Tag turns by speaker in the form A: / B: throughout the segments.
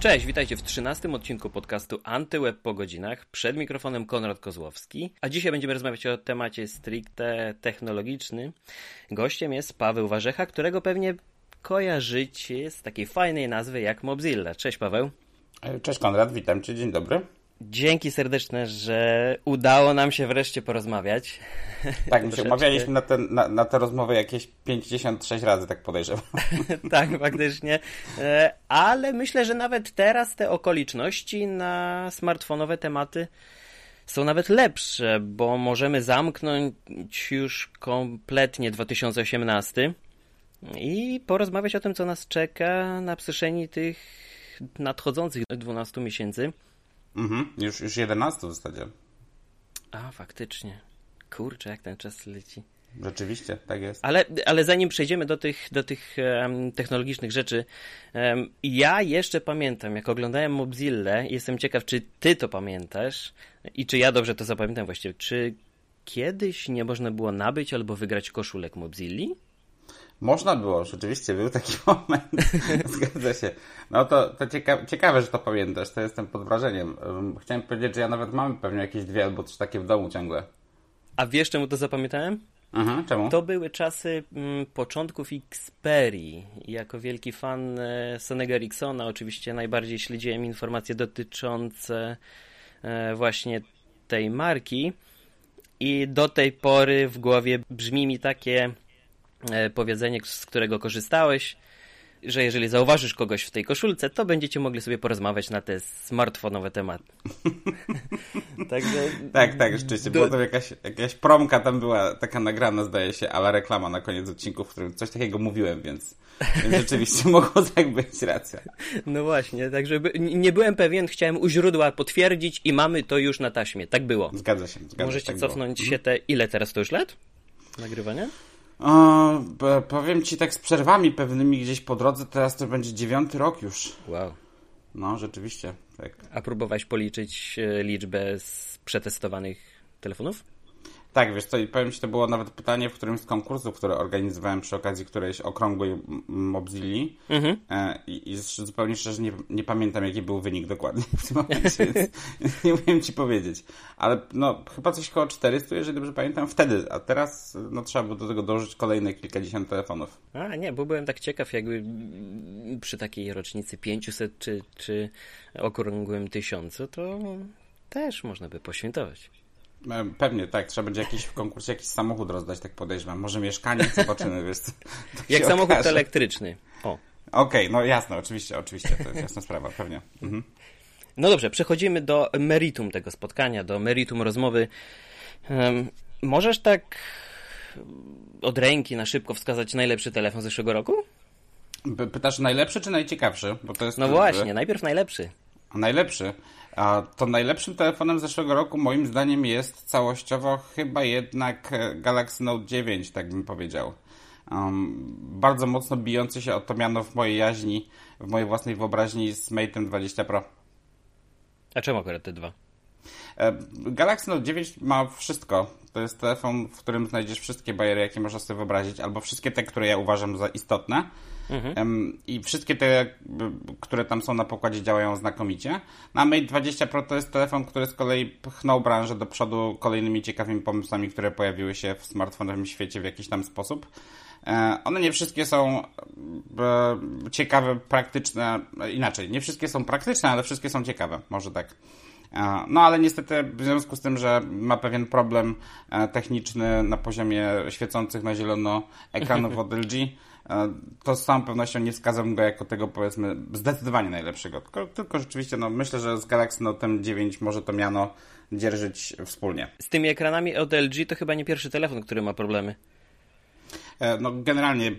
A: Cześć, witajcie w 13. odcinku podcastu AntyWeb po godzinach. Przed mikrofonem Konrad Kozłowski, a dzisiaj będziemy rozmawiać o temacie stricte technologicznym. Gościem jest Paweł Warzecha, którego pewnie kojarzycie z takiej fajnej nazwy jak Mobzilla. Cześć Paweł.
B: Cześć Konrad, witam Cię, dzień dobry.
A: Dzięki serdeczne, że udało nam się wreszcie porozmawiać.
B: Tak, my się umawialiśmy na tę rozmowę jakieś 56 razy, tak podejrzewam.
A: Tak, faktycznie. Ale myślę, że nawet teraz te okoliczności na smartfonowe tematy są nawet lepsze, bo możemy zamknąć już kompletnie 2018 i porozmawiać o tym, co nas czeka na przestrzeni tych nadchodzących 12 miesięcy.
B: Już 11 w zasadzie.
A: A, faktycznie. Kurczę, jak ten czas leci.
B: Rzeczywiście, tak jest.
A: Ale zanim przejdziemy do tych technologicznych rzeczy, ja jeszcze pamiętam, jak oglądałem Mobzillę, jestem ciekaw, czy ty to pamiętasz i czy ja dobrze to zapamiętam właściwie. Czy kiedyś nie można było nabyć albo wygrać koszulek Mobzilli?
B: Można było, rzeczywiście, był taki moment. Zgadza się. No to ciekawe, że to pamiętasz, to jestem pod wrażeniem. Chciałem powiedzieć, że ja nawet mam pewnie jakieś 2 albo 3 takie w domu ciągle.
A: A wiesz, czemu to zapamiętałem?
B: Czemu?
A: To były czasy początków Xperii. Jako wielki fan Sonego Ericssona oczywiście najbardziej śledziłem informacje dotyczące właśnie tej marki i do tej pory w głowie brzmi mi takie powiedzenie, z którego korzystałeś, że jeżeli zauważysz kogoś w tej koszulce, to będziecie mogli sobie porozmawiać na te smartfonowe tematy. Także...
B: Tak, rzeczywiście. Była to jakaś promka tam była taka nagrana, zdaje się, ale reklama na koniec odcinku, w którym coś takiego mówiłem, więc rzeczywiście mogło tak być, racja.
A: No właśnie, także nie byłem pewien, chciałem u źródła potwierdzić i mamy to już na taśmie. Tak było.
B: Zgadza się.
A: Możecie
B: tak
A: cofnąć
B: było.
A: się ile teraz to już lat nagrywania?
B: Powiem Ci tak z przerwami pewnymi gdzieś po drodze, teraz to będzie 9. rok już.
A: Wow.
B: No, rzeczywiście, tak.
A: A próbowałeś policzyć liczbę z przetestowanych telefonów?
B: Tak, wiesz co, i powiem Ci, to było nawet pytanie w którymś z konkursów, które organizowałem przy okazji którejś okrągłej Mobzilli. I zupełnie szczerze nie pamiętam, jaki był wynik dokładnie w tym momencie, więc nie umiem Ci powiedzieć. Ale no, chyba coś koło 400, jeżeli dobrze pamiętam, wtedy. A teraz no, trzeba było do tego dołożyć kolejne kilkadziesiąt telefonów.
A: A nie, bo byłem tak ciekaw, jakby przy takiej rocznicy 500 czy okrągłym 1000, to też można by poświętować.
B: Pewnie, tak. Trzeba będzie w konkursie jakiś samochód rozdać, tak podejrzewam. Może mieszkanie, zobaczymy, wiesz.
A: Jak samochód elektryczny.
B: Okej, no jasne, oczywiście, to jest jasna sprawa, pewnie.
A: No dobrze, przechodzimy do meritum tego spotkania, do meritum rozmowy. Możesz tak od ręki na szybko wskazać najlepszy telefon z zeszłego roku?
B: Pytasz najlepszy czy najciekawszy? Bo to jest
A: no właśnie, najpierw najlepszy.
B: Najlepszy. A to najlepszym telefonem z zeszłego roku moim zdaniem jest całościowo chyba jednak Galaxy Note 9, tak bym powiedział. Bardzo mocno bijący się o to miano w mojej jaźni, w mojej własnej wyobraźni z Mate'em 20 Pro.
A: A czemu akurat te dwa?
B: Galaxy Note 9 ma wszystko. To jest telefon, w którym znajdziesz wszystkie bariery, jakie można sobie wyobrazić, albo wszystkie te, które ja uważam za istotne. I wszystkie te, które tam są na pokładzie, działają znakomicie. Na Mate 20 Pro to jest telefon, który z kolei pchnął branżę do przodu kolejnymi ciekawymi pomysłami, które pojawiły się w smartfonowym świecie w jakiś tam sposób. One nie wszystkie są ciekawe, praktyczne, inaczej, nie wszystkie są praktyczne, ale wszystkie są ciekawe, może tak. No ale niestety w związku z tym, że ma pewien problem techniczny na poziomie świecących na zielono ekranów od LG, to z całą pewnością nie wskazałbym go jako tego, powiedzmy, zdecydowanie najlepszego. Tylko rzeczywiście, no myślę, że z Galaxy Note 9 może to miano dzierżyć wspólnie.
A: Z tymi ekranami od LG to chyba nie pierwszy telefon, który ma problemy.
B: No generalnie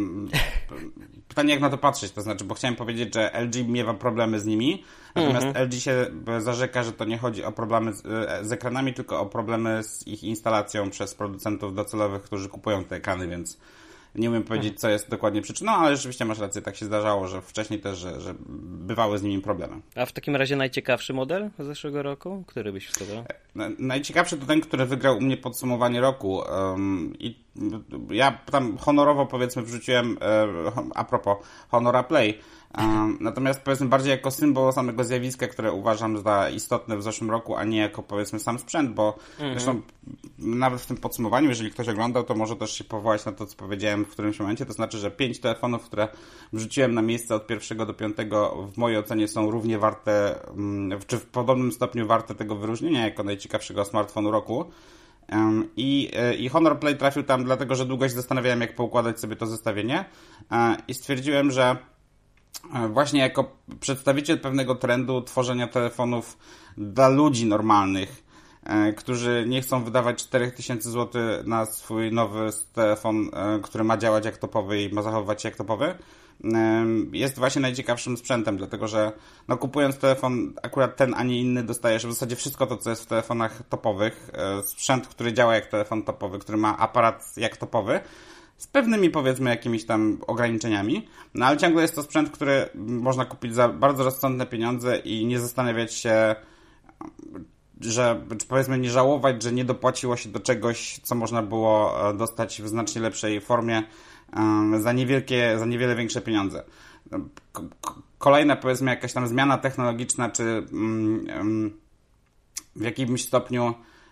B: pytanie, jak na to patrzeć, to znaczy, bo chciałem powiedzieć, że LG miewa problemy z nimi, natomiast LG się zarzeka, że to nie chodzi o problemy z ekranami, tylko o problemy z ich instalacją przez producentów docelowych, którzy kupują te ekrany, więc nie umiem powiedzieć, co jest dokładnie przyczyną, ale rzeczywiście masz rację, tak się zdarzało, że wcześniej też, że bywały z nimi problemy.
A: A w takim razie najciekawszy model z zeszłego roku? Który byś wskazał?
B: Najciekawszy to ten, który wygrał u mnie podsumowanie roku i ja tam honorowo powiedzmy wrzuciłem a propos Honora Play. Natomiast powiedzmy bardziej jako symbol samego zjawiska, które uważam za istotne w zeszłym roku, a nie jako powiedzmy sam sprzęt, bo zresztą nawet w tym podsumowaniu, jeżeli ktoś oglądał, to może też się powołać na to, co powiedziałem w którymś momencie, to znaczy, że 5 telefonów, które wrzuciłem na miejsce od 1 do 5 w mojej ocenie są równie warte, czy w podobnym stopniu warte tego wyróżnienia jako najciekawszego smartfonu roku. I Honor Play trafił tam dlatego, że długo się zastanawiałem, jak poukładać sobie to zestawienie i stwierdziłem, że właśnie jako przedstawiciel pewnego trendu tworzenia telefonów dla ludzi normalnych, którzy nie chcą wydawać 4000 zł na swój nowy telefon, który ma działać jak topowy i ma zachowywać się jak topowy, jest właśnie najciekawszym sprzętem, dlatego że no, kupując telefon akurat ten, a nie inny, dostajesz w zasadzie wszystko to, co jest w telefonach topowych. Sprzęt, który działa jak telefon topowy, który ma aparat jak topowy, z pewnymi powiedzmy jakimiś tam ograniczeniami, no ale ciągle jest to sprzęt, który można kupić za bardzo rozsądne pieniądze i nie zastanawiać się, czy powiedzmy nie żałować, że nie dopłaciło się do czegoś, co można było dostać w znacznie lepszej formie za niewiele większe pieniądze. Kolejna powiedzmy jakaś tam zmiana technologiczna, czy w jakimś stopniu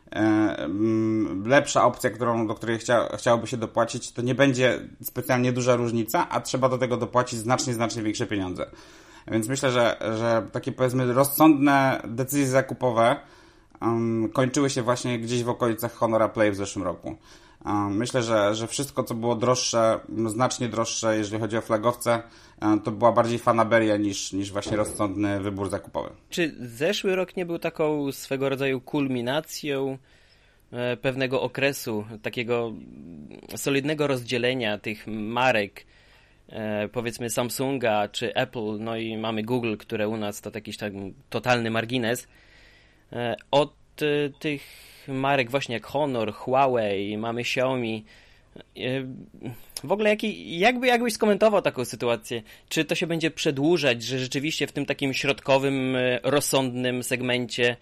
B: lepsza opcja, do której chciałoby się dopłacić, to nie będzie specjalnie duża różnica, a trzeba do tego dopłacić znacznie większe pieniądze. Więc myślę, że takie powiedzmy rozsądne decyzje zakupowe kończyły się właśnie gdzieś w okolicach Honora Play w zeszłym roku. Myślę, że wszystko, co było droższe, znacznie droższe, jeżeli chodzi o flagowce, to była bardziej fanaberia niż właśnie rozsądny wybór zakupowy.
A: Czy zeszły rok nie był taką swego rodzaju kulminacją pewnego okresu, takiego solidnego rozdzielenia tych marek, powiedzmy Samsunga czy Apple, no i mamy Google, które u nas to jakiś tak totalny margines, od tych marek właśnie jak Honor, Huawei, mamy Xiaomi. W ogóle jakbyś skomentował taką sytuację? Czy to się będzie przedłużać, że rzeczywiście w tym takim środkowym, rozsądnym segmencie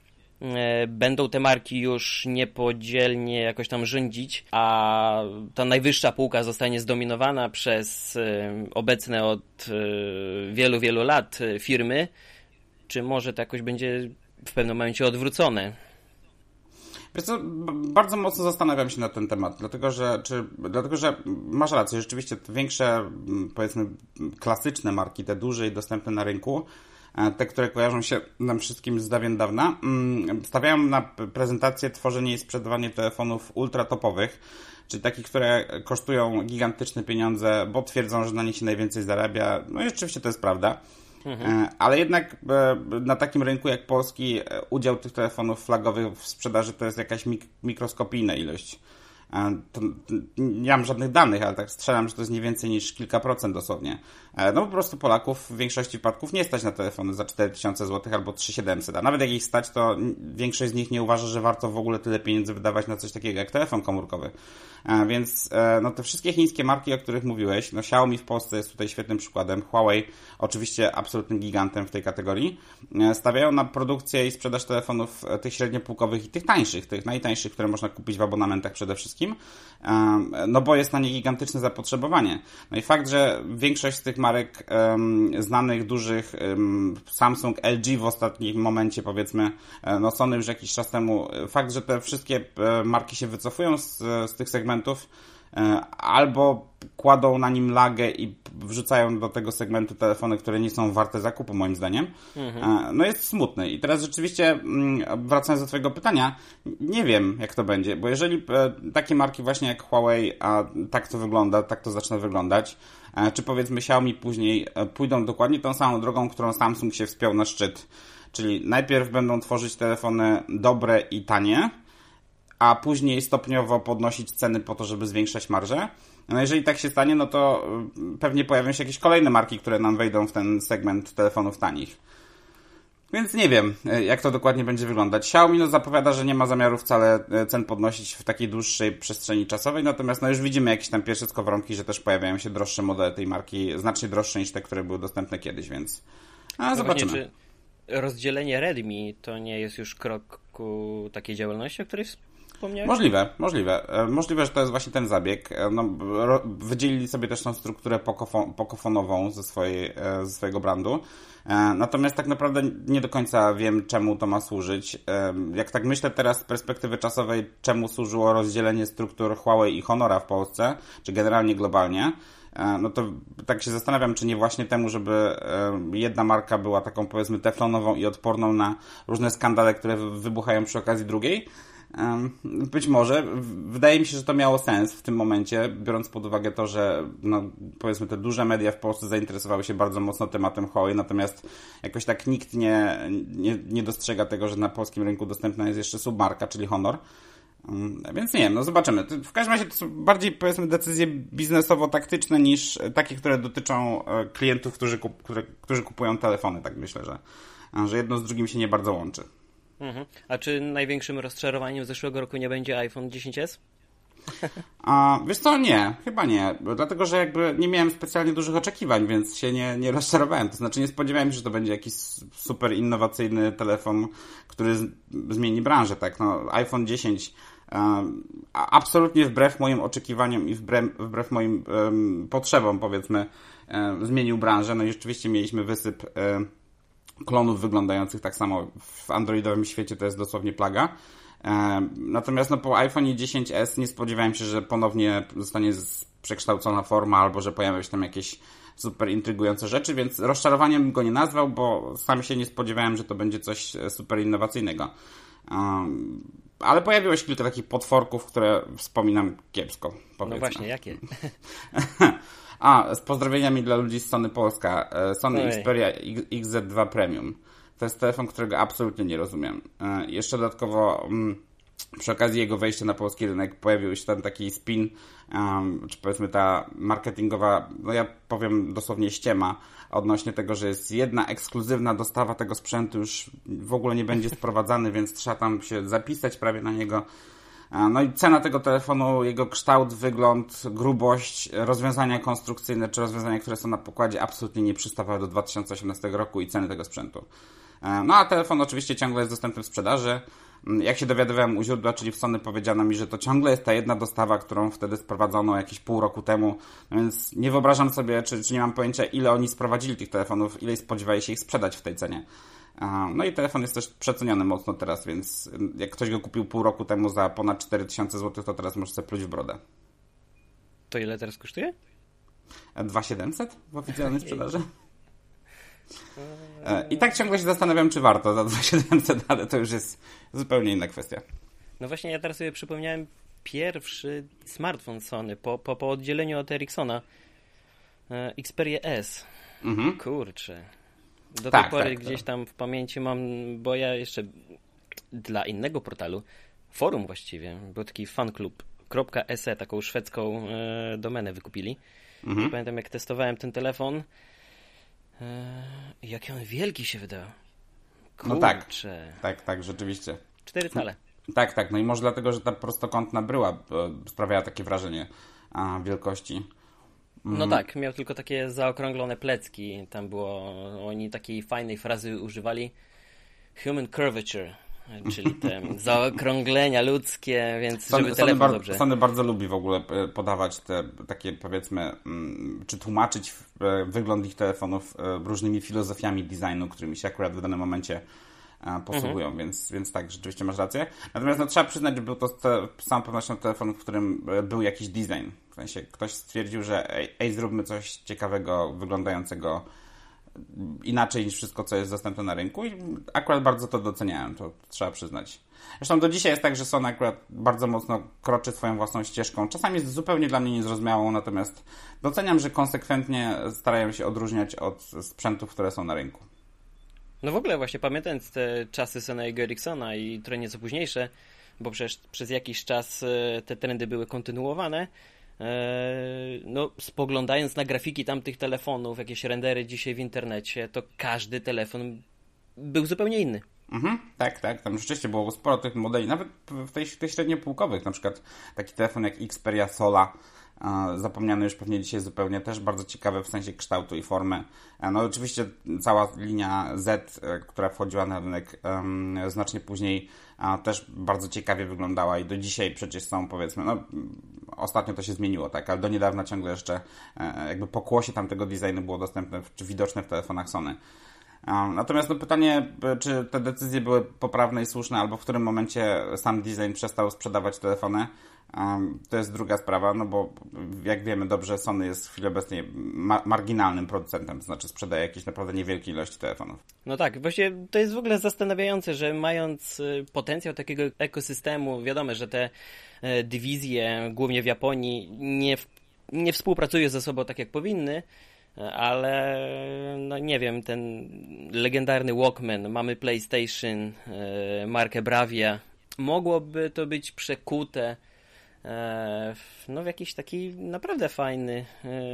A: będą te marki już niepodzielnie jakoś tam rządzić, a ta najwyższa półka zostanie zdominowana przez obecne od wielu lat firmy? Czy może to jakoś będzie w pewnym momencie odwrócone?
B: Wiesz co, bardzo mocno zastanawiam się na ten temat, dlatego że masz rację, rzeczywiście te większe, powiedzmy klasyczne marki, te duże i dostępne na rynku, te, które kojarzą się nam wszystkim z dawien dawna, stawiają na prezentację tworzenie i sprzedawanie telefonów ultra topowych, czyli takich, które kosztują gigantyczne pieniądze, bo twierdzą, że na nich się najwięcej zarabia. No i rzeczywiście to jest prawda. Ale jednak na takim rynku jak polski udział tych telefonów flagowych w sprzedaży to jest jakaś mikroskopijna ilość. Nie mam żadnych danych, ale tak strzelam, że to jest nie więcej niż kilka procent dosłownie. No po prostu Polaków w większości przypadków nie stać na telefony za 4000 zł albo 3700, a nawet jak ich stać, to większość z nich nie uważa, że warto w ogóle tyle pieniędzy wydawać na coś takiego jak telefon komórkowy. Więc no te wszystkie chińskie marki, o których mówiłeś, no Xiaomi w Polsce jest tutaj świetnym przykładem, Huawei oczywiście absolutnym gigantem w tej kategorii, stawiają na produkcję i sprzedaż telefonów tych średniopółkowych i tych tańszych, tych najtańszych, które można kupić w abonamentach przede wszystkim, no bo jest na nie gigantyczne zapotrzebowanie. No i fakt, że większość z tych marek znanych, dużych, Samsung, LG w ostatnim momencie powiedzmy, no Sony już jakiś czas temu, fakt, że te wszystkie marki się wycofują z tych segmentów, albo kładą na nim lagę i wrzucają do tego segmentu telefony, które nie są warte zakupu moim zdaniem, no jest smutny. I teraz rzeczywiście, wracając do twojego pytania, nie wiem jak to będzie, bo jeżeli takie marki właśnie jak Huawei, a tak to wygląda, tak to zaczyna wyglądać, czy powiedzmy Xiaomi później pójdą dokładnie tą samą drogą, którą Samsung się wspiął na szczyt, czyli najpierw będą tworzyć telefony dobre i tanie, a później stopniowo podnosić ceny po to, żeby zwiększać marżę. No jeżeli tak się stanie, no to pewnie pojawią się jakieś kolejne marki, które nam wejdą w ten segment telefonów tanich. Więc nie wiem, jak to dokładnie będzie wyglądać. Xiaomi no zapowiada, że nie ma zamiaru wcale cen podnosić w takiej dłuższej przestrzeni czasowej, natomiast no już widzimy jakieś tam pierwsze skowronki, że też pojawiają się droższe modele tej marki, znacznie droższe niż te, które były dostępne kiedyś, więc zobaczymy.
A: Czy rozdzielenie Redmi to nie jest już krok ku takiej działalności, o której wspomniałeś?
B: Możliwe. Możliwe, że to jest właśnie ten zabieg. No, wydzielili sobie też tą strukturę pokofonową ze swojego brandu. Natomiast tak naprawdę nie do końca wiem, czemu to ma służyć. Jak tak myślę teraz z perspektywy czasowej, czemu służyło rozdzielenie struktur Huawei i Honora w Polsce, czy generalnie globalnie, no to tak się zastanawiam, czy nie właśnie temu, żeby jedna marka była taką, powiedzmy, teflonową i odporną na różne skandale, które wybuchają przy okazji drugiej. Być może. Wydaje mi się, że to miało sens w tym momencie, biorąc pod uwagę to, że no, powiedzmy te duże media w Polsce zainteresowały się bardzo mocno tematem Huawei, natomiast jakoś tak nikt nie dostrzega tego, że na polskim rynku dostępna jest jeszcze submarka, czyli Honor. Więc nie wiem, no zobaczymy. W każdym razie to są bardziej, powiedzmy, decyzje biznesowo-taktyczne niż takie, które dotyczą klientów, którzy kupują telefony. Tak myślę, że jedno z drugim się nie bardzo łączy.
A: A czy największym rozczarowaniem zeszłego roku nie będzie iPhone XS?
B: Wiesz co, nie, chyba nie, dlatego, że jakby nie miałem specjalnie dużych oczekiwań, więc się nie rozczarowałem, to znaczy nie spodziewałem się, że to będzie jakiś super innowacyjny telefon, który zmieni branżę, tak, no iPhone 10 absolutnie wbrew moim oczekiwaniom i wbrew moim potrzebom, powiedzmy, zmienił branżę, no i rzeczywiście mieliśmy wysyp klonów wyglądających tak samo w androidowym świecie, to jest dosłownie plaga. Natomiast no, po iPhone 10s nie spodziewałem się, że ponownie zostanie przekształcona forma albo że pojawią się tam jakieś super intrygujące rzeczy, więc rozczarowaniem bym go nie nazwał, bo sam się nie spodziewałem, że to będzie coś super innowacyjnego. Ale pojawiło się kilka takich potworków, które wspominam kiepsko, powiedzmy.
A: No właśnie, jakie?
B: Z pozdrowieniami dla ludzi z Sony Polska. Sony Xperia XZ2 Premium. To jest telefon, którego absolutnie nie rozumiem. Jeszcze dodatkowo przy okazji jego wejścia na polski rynek pojawił się tam taki spin, czy powiedzmy ta marketingowa, no ja powiem dosłownie ściema, odnośnie tego, że jest jedna ekskluzywna dostawa tego sprzętu, już w ogóle nie będzie sprowadzany, więc trzeba tam się zapisać prawie na niego. No i cena tego telefonu, jego kształt, wygląd, grubość, rozwiązania konstrukcyjne czy rozwiązania, które są na pokładzie, absolutnie nie przystawały do 2018 roku i ceny tego sprzętu. No a telefon oczywiście ciągle jest dostępny w sprzedaży. Jak się dowiadywałem u źródła, czyli w Sony, powiedziano mi, że to ciągle jest ta jedna dostawa, którą wtedy sprowadzono jakieś pół roku temu, no więc nie wyobrażam sobie, czy nie mam pojęcia, ile oni sprowadzili tych telefonów, ile spodziewali się ich sprzedać w tej cenie. No i telefon jest też przeceniony mocno teraz, więc jak ktoś go kupił pół roku temu za ponad 4000 zł, to teraz może sobie pluć w brodę.
A: To ile teraz kosztuje?
B: 2700 w oficjalnej sprzedaży. I tak ciągle się zastanawiam, czy warto za 2700, ale to już jest zupełnie inna kwestia.
A: No właśnie, ja teraz sobie przypomniałem pierwszy smartfon Sony po oddzieleniu od Ericssona. Xperia S. Kurczę. Do tej pory gdzieś tam w pamięci mam, bo ja jeszcze dla innego portalu, forum właściwie, był taki fanklub.se, taką szwedzką domenę wykupili. I pamiętam, jak testowałem ten telefon, jaki on wielki się wydał. Kurczę.
B: No tak, rzeczywiście.
A: 4 cale.
B: Tak, no i może dlatego, że ta prostokątna bryła sprawiała takie wrażenie wielkości.
A: No tak, miał tylko takie zaokrąglone plecki. Tam było, oni takiej fajnej frazy używali, human curvature, czyli te zaokrąglenia ludzkie, więc żeby telefon dobrze.
B: Sony bardzo lubi w ogóle podawać te takie, powiedzmy, czy tłumaczyć wygląd ich telefonów różnymi filozofiami designu, którymi się akurat w danym momencie posługują, więc tak, rzeczywiście masz rację. Natomiast no, trzeba przyznać, że był to z całą pewnością telefon, w którym był jakiś design. W sensie ktoś stwierdził, że zróbmy coś ciekawego, wyglądającego inaczej niż wszystko, co jest dostępne na rynku i akurat bardzo to doceniałem, to trzeba przyznać. Zresztą do dzisiaj jest tak, że Sony akurat bardzo mocno kroczy swoją własną ścieżką. Czasami jest zupełnie dla mnie niezrozumiałą, natomiast doceniam, że konsekwentnie starają się odróżniać od sprzętów, które są na rynku.
A: No w ogóle właśnie pamiętając te czasy Sonego Ericssona i trochę nieco późniejsze, bo przecież przez jakiś czas te trendy były kontynuowane, no spoglądając na grafiki tamtych telefonów, jakieś rendery dzisiaj w internecie, to każdy telefon był zupełnie inny.
B: Tak, tam rzeczywiście było sporo tych modeli, nawet w tych średniopółkowych, na przykład taki telefon jak Xperia Sola, zapomniane już pewnie dzisiaj zupełnie, też bardzo ciekawe w sensie kształtu i formy. No oczywiście cała linia Z, która wchodziła na rynek znacznie później, też bardzo ciekawie wyglądała i do dzisiaj przecież są, powiedzmy, no ostatnio to się zmieniło, tak, ale do niedawna ciągle jeszcze jakby pokłosie tamtego designu było dostępne czy widoczne w telefonach Sony. Natomiast no pytanie, czy te decyzje były poprawne i słuszne, albo w którym momencie sam design przestał sprzedawać telefony, to jest druga sprawa, no bo jak wiemy dobrze, Sony jest w chwili obecnej marginalnym producentem, to znaczy sprzedaje jakieś naprawdę niewielkie ilości telefonów.
A: No tak, właśnie to jest w ogóle zastanawiające, że mając potencjał takiego ekosystemu, wiadomo, że te dywizje, głównie w Japonii, nie współpracują ze sobą tak jak powinny, ale no nie wiem, ten legendarny Walkman, mamy PlayStation, markę Bravia, mogłoby to być przekute w jakiś taki naprawdę fajny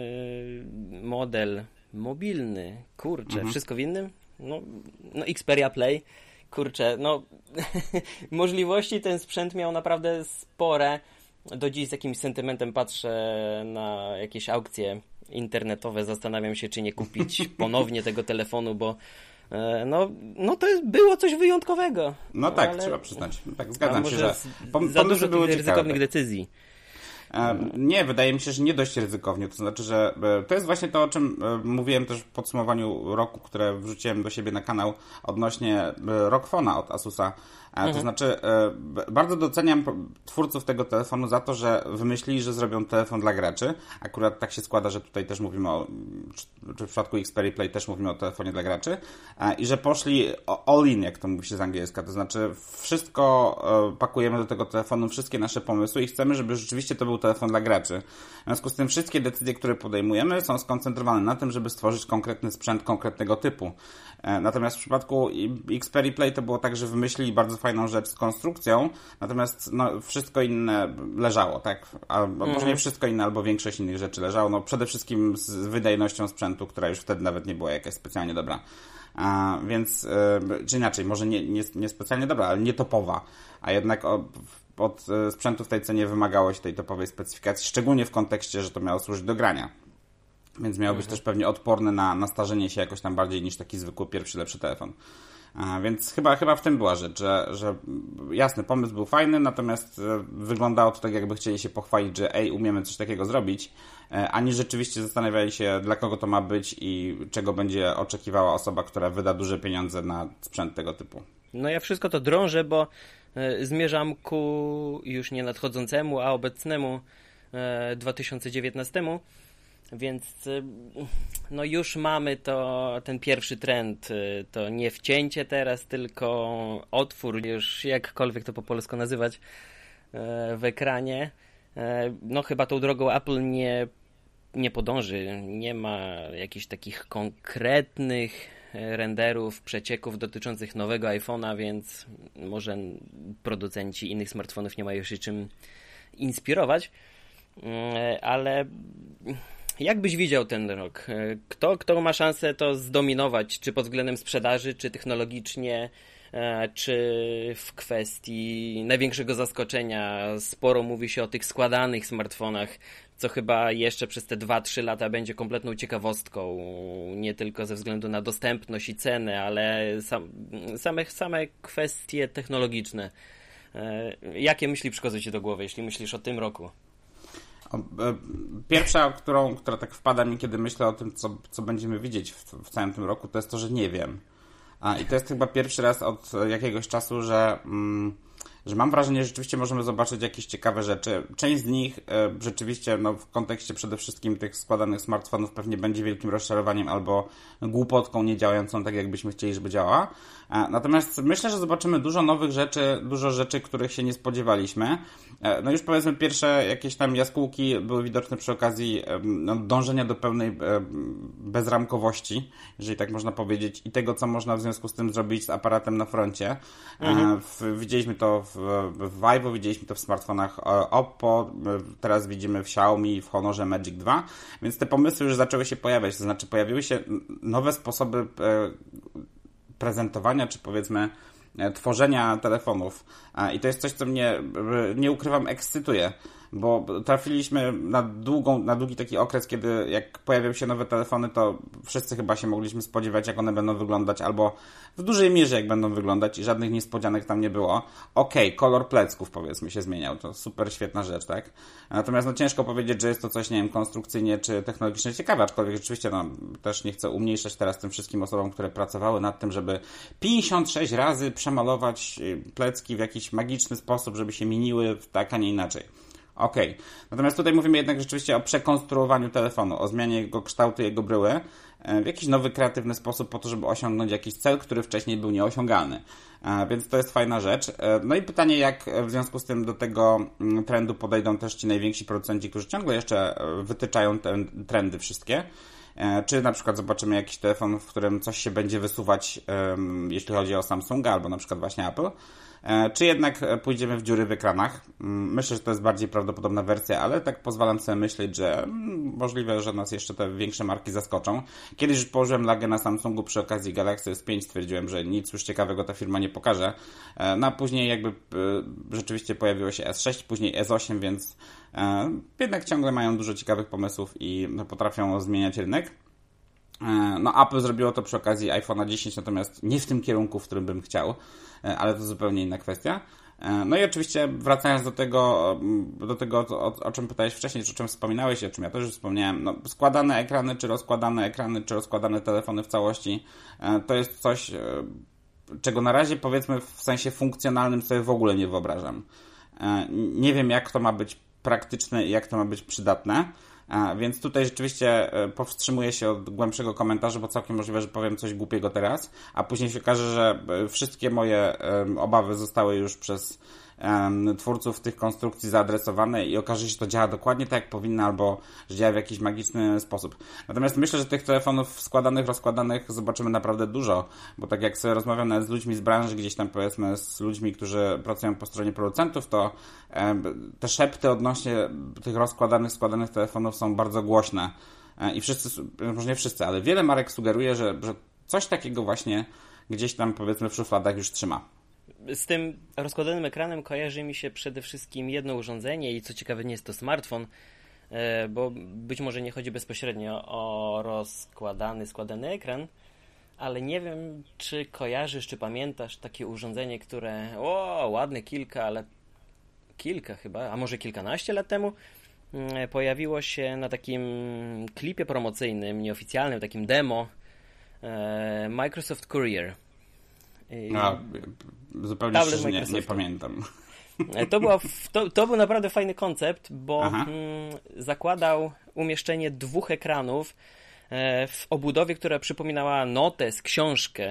A: model mobilny, kurczę, wszystko w innym, no Xperia Play, kurczę, no możliwości ten sprzęt miał naprawdę spore. Do dziś z jakimś sentymentem patrzę na jakieś aukcje internetowe, zastanawiam się, czy nie kupić ponownie tego telefonu, bo to było coś wyjątkowego.
B: No tak, ale trzeba przyznać. Tak, zgadzam się, że
A: za dużo tych ryzykownych decyzji.
B: Nie, wydaje mi się, że nie dość ryzykownie. To znaczy, że to jest właśnie to, o czym mówiłem też w podsumowaniu roku, które wrzuciłem do siebie na kanał odnośnie ROG Phone'a od Asusa. To znaczy, bardzo doceniam twórców tego telefonu za to, że wymyślili, że zrobią telefon dla graczy. Akurat tak się składa, że tutaj też mówimy czy w przypadku Xperia Play też mówimy o telefonie dla graczy. I że poszli all in, jak to mówi się z angielska. To znaczy, wszystko pakujemy do tego telefonu, wszystkie nasze pomysły i chcemy, żeby rzeczywiście to był telefon dla graczy. W związku z tym wszystkie decyzje, które podejmujemy, są skoncentrowane na tym, żeby stworzyć konkretny sprzęt konkretnego typu. Natomiast w przypadku Xperia Play to było tak, że wymyślili bardzo fajną rzecz z konstrukcją, natomiast wszystko inne leżało, tak? Albo może nie wszystko inne, albo większość innych rzeczy leżało. No przede wszystkim z wydajnością sprzętu, która już wtedy nawet nie była jakaś specjalnie dobra. Więc, czy inaczej, może nie specjalnie dobra, ale nie topowa. A jednak od sprzętu w tej cenie wymagało się tej topowej specyfikacji, szczególnie w kontekście, że to miało służyć do grania. Więc miało być też pewnie odporne na starzenie się jakoś tam bardziej niż taki zwykły pierwszy, lepszy telefon. Więc chyba w tym była rzecz, że jasny, pomysł był fajny, natomiast wyglądało to tak, jakby chcieli się pochwalić, że umiemy coś takiego zrobić, ani rzeczywiście zastanawiali się, dla kogo to ma być i czego będzie oczekiwała osoba, która wyda duże pieniądze na sprzęt tego typu.
A: No ja wszystko to drążę, bo zmierzam ku już nie nadchodzącemu, a obecnemu 2019. Więc no już mamy ten pierwszy trend, to nie wcięcie teraz, tylko otwór, już jakkolwiek to po polsku nazywać, w ekranie. No chyba tą drogą Apple nie podąży, nie ma jakichś takich konkretnych renderów, przecieków dotyczących nowego iPhone'a, więc może producenci innych smartfonów nie mają się czym inspirować, ale jak byś widział ten rok? Kto ma szansę to zdominować, czy pod względem sprzedaży, czy technologicznie, czy w kwestii największego zaskoczenia? Sporo mówi się o tych składanych smartfonach, co chyba jeszcze przez te 2-3 lata będzie kompletną ciekawostką, nie tylko ze względu na dostępność i cenę, ale same kwestie technologiczne. Jakie myśli przychodzą ci do głowy, jeśli myślisz o tym roku?
B: Pierwsza, która tak wpada mi, kiedy myślę o tym, co będziemy widzieć w całym tym roku, to jest to, że nie wiem. I to jest chyba pierwszy raz od jakiegoś czasu, że mam wrażenie, że rzeczywiście możemy zobaczyć jakieś ciekawe rzeczy. Część z nich rzeczywiście w kontekście przede wszystkim tych składanych smartfonów pewnie będzie wielkim rozczarowaniem albo głupotką niedziałającą tak, jakbyśmy chcieli, żeby działała. Natomiast myślę, że zobaczymy dużo rzeczy, których się nie spodziewaliśmy. No już powiedzmy pierwsze jakieś tam jaskółki były widoczne przy okazji dążenia do pełnej bezramkowości, jeżeli tak można powiedzieć, i tego, co można w związku z tym zrobić z aparatem na froncie. Widzieliśmy to w Vivo, widzieliśmy to w smartfonach Oppo, teraz widzimy w Xiaomi, w Honorze Magic 2, więc te pomysły już zaczęły się pojawiać, to znaczy pojawiły się nowe sposoby prezentowania, czy powiedzmy tworzenia telefonów. I to jest coś, co mnie, nie ukrywam, ekscytuje. bo trafiliśmy na długi taki okres, kiedy jak pojawiały się nowe telefony, to wszyscy chyba się mogliśmy spodziewać, jak one będą wyglądać, albo w dużej mierze jak będą wyglądać i żadnych niespodzianek tam nie było. Kolor plecków powiedzmy się zmieniał, to super świetna rzecz, tak? Natomiast ciężko powiedzieć, że jest to coś, nie wiem, konstrukcyjnie czy technologicznie ciekawe, aczkolwiek rzeczywiście też nie chcę umniejszać teraz tym wszystkim osobom, które pracowały nad tym, żeby 56 razy przemalować plecki w jakiś magiczny sposób, żeby się mieniły tak, a nie inaczej. Natomiast tutaj mówimy jednak rzeczywiście o przekonstruowaniu telefonu, o zmianie jego kształtu, jego bryły w jakiś nowy, kreatywny sposób po to, żeby osiągnąć jakiś cel, który wcześniej był nieosiągalny. Więc to jest fajna rzecz. No i pytanie, jak w związku z tym do tego trendu podejdą też ci najwięksi producenci, którzy ciągle jeszcze wytyczają te trendy wszystkie. Czy na przykład zobaczymy jakiś telefon, w którym coś się będzie wysuwać, jeśli chodzi o Samsunga albo na przykład właśnie Apple. Czy jednak pójdziemy w dziury w ekranach? Myślę, że to jest bardziej prawdopodobna wersja, ale tak pozwalam sobie myśleć, że możliwe, że nas jeszcze te większe marki zaskoczą. Kiedyś już położyłem lagę na Samsungu przy okazji Galaxy S5, stwierdziłem, że nic już ciekawego ta firma nie pokaże. No a później jakby rzeczywiście pojawiło się S6, później S8, więc jednak ciągle mają dużo ciekawych pomysłów i potrafią zmieniać rynek. Apple zrobiło to przy okazji iPhone'a 10, natomiast nie w tym kierunku, w którym bym chciał, ale to zupełnie inna kwestia. No i oczywiście wracając do tego o czym pytałeś wcześniej, czy o czym wspominałeś, o czym ja też już wspomniałem, składane ekrany, czy rozkładane telefony w całości, to jest coś, czego na razie powiedzmy w sensie funkcjonalnym sobie w ogóle nie wyobrażam. Nie wiem, jak to ma być praktyczne i jak to ma być przydatne. Więc tutaj rzeczywiście powstrzymuję się od głębszego komentarza, bo całkiem możliwe, że powiem coś głupiego teraz, a później się okaże, że wszystkie moje obawy zostały już przez twórców tych konstrukcji zaadresowane i okaże się, że to działa dokładnie tak, jak powinno, albo że działa w jakiś magiczny sposób. Natomiast myślę, że tych telefonów składanych, rozkładanych zobaczymy naprawdę dużo, bo tak jak sobie rozmawiam nawet z ludźmi z branży, gdzieś tam powiedzmy z ludźmi, którzy pracują po stronie producentów, to te szepty odnośnie tych składanych telefonów są bardzo głośne i wszyscy, może nie wszyscy, ale wiele marek sugeruje, że coś takiego właśnie gdzieś tam powiedzmy w szufladach już trzyma.
A: Z tym rozkładanym ekranem kojarzy mi się przede wszystkim jedno urządzenie i co ciekawe nie jest to smartfon, bo być może nie chodzi bezpośrednio o składany ekran, ale nie wiem, czy kojarzysz, czy pamiętasz takie urządzenie, które ładne kilka chyba, a może kilkanaście lat temu pojawiło się na takim klipie promocyjnym, nieoficjalnym, takim demo Microsoft Courier.
B: Zupełnie szczerze nie pamiętam.
A: To był naprawdę fajny koncept, bo zakładał umieszczenie 2 ekranów w obudowie, która przypominała notes, książkę.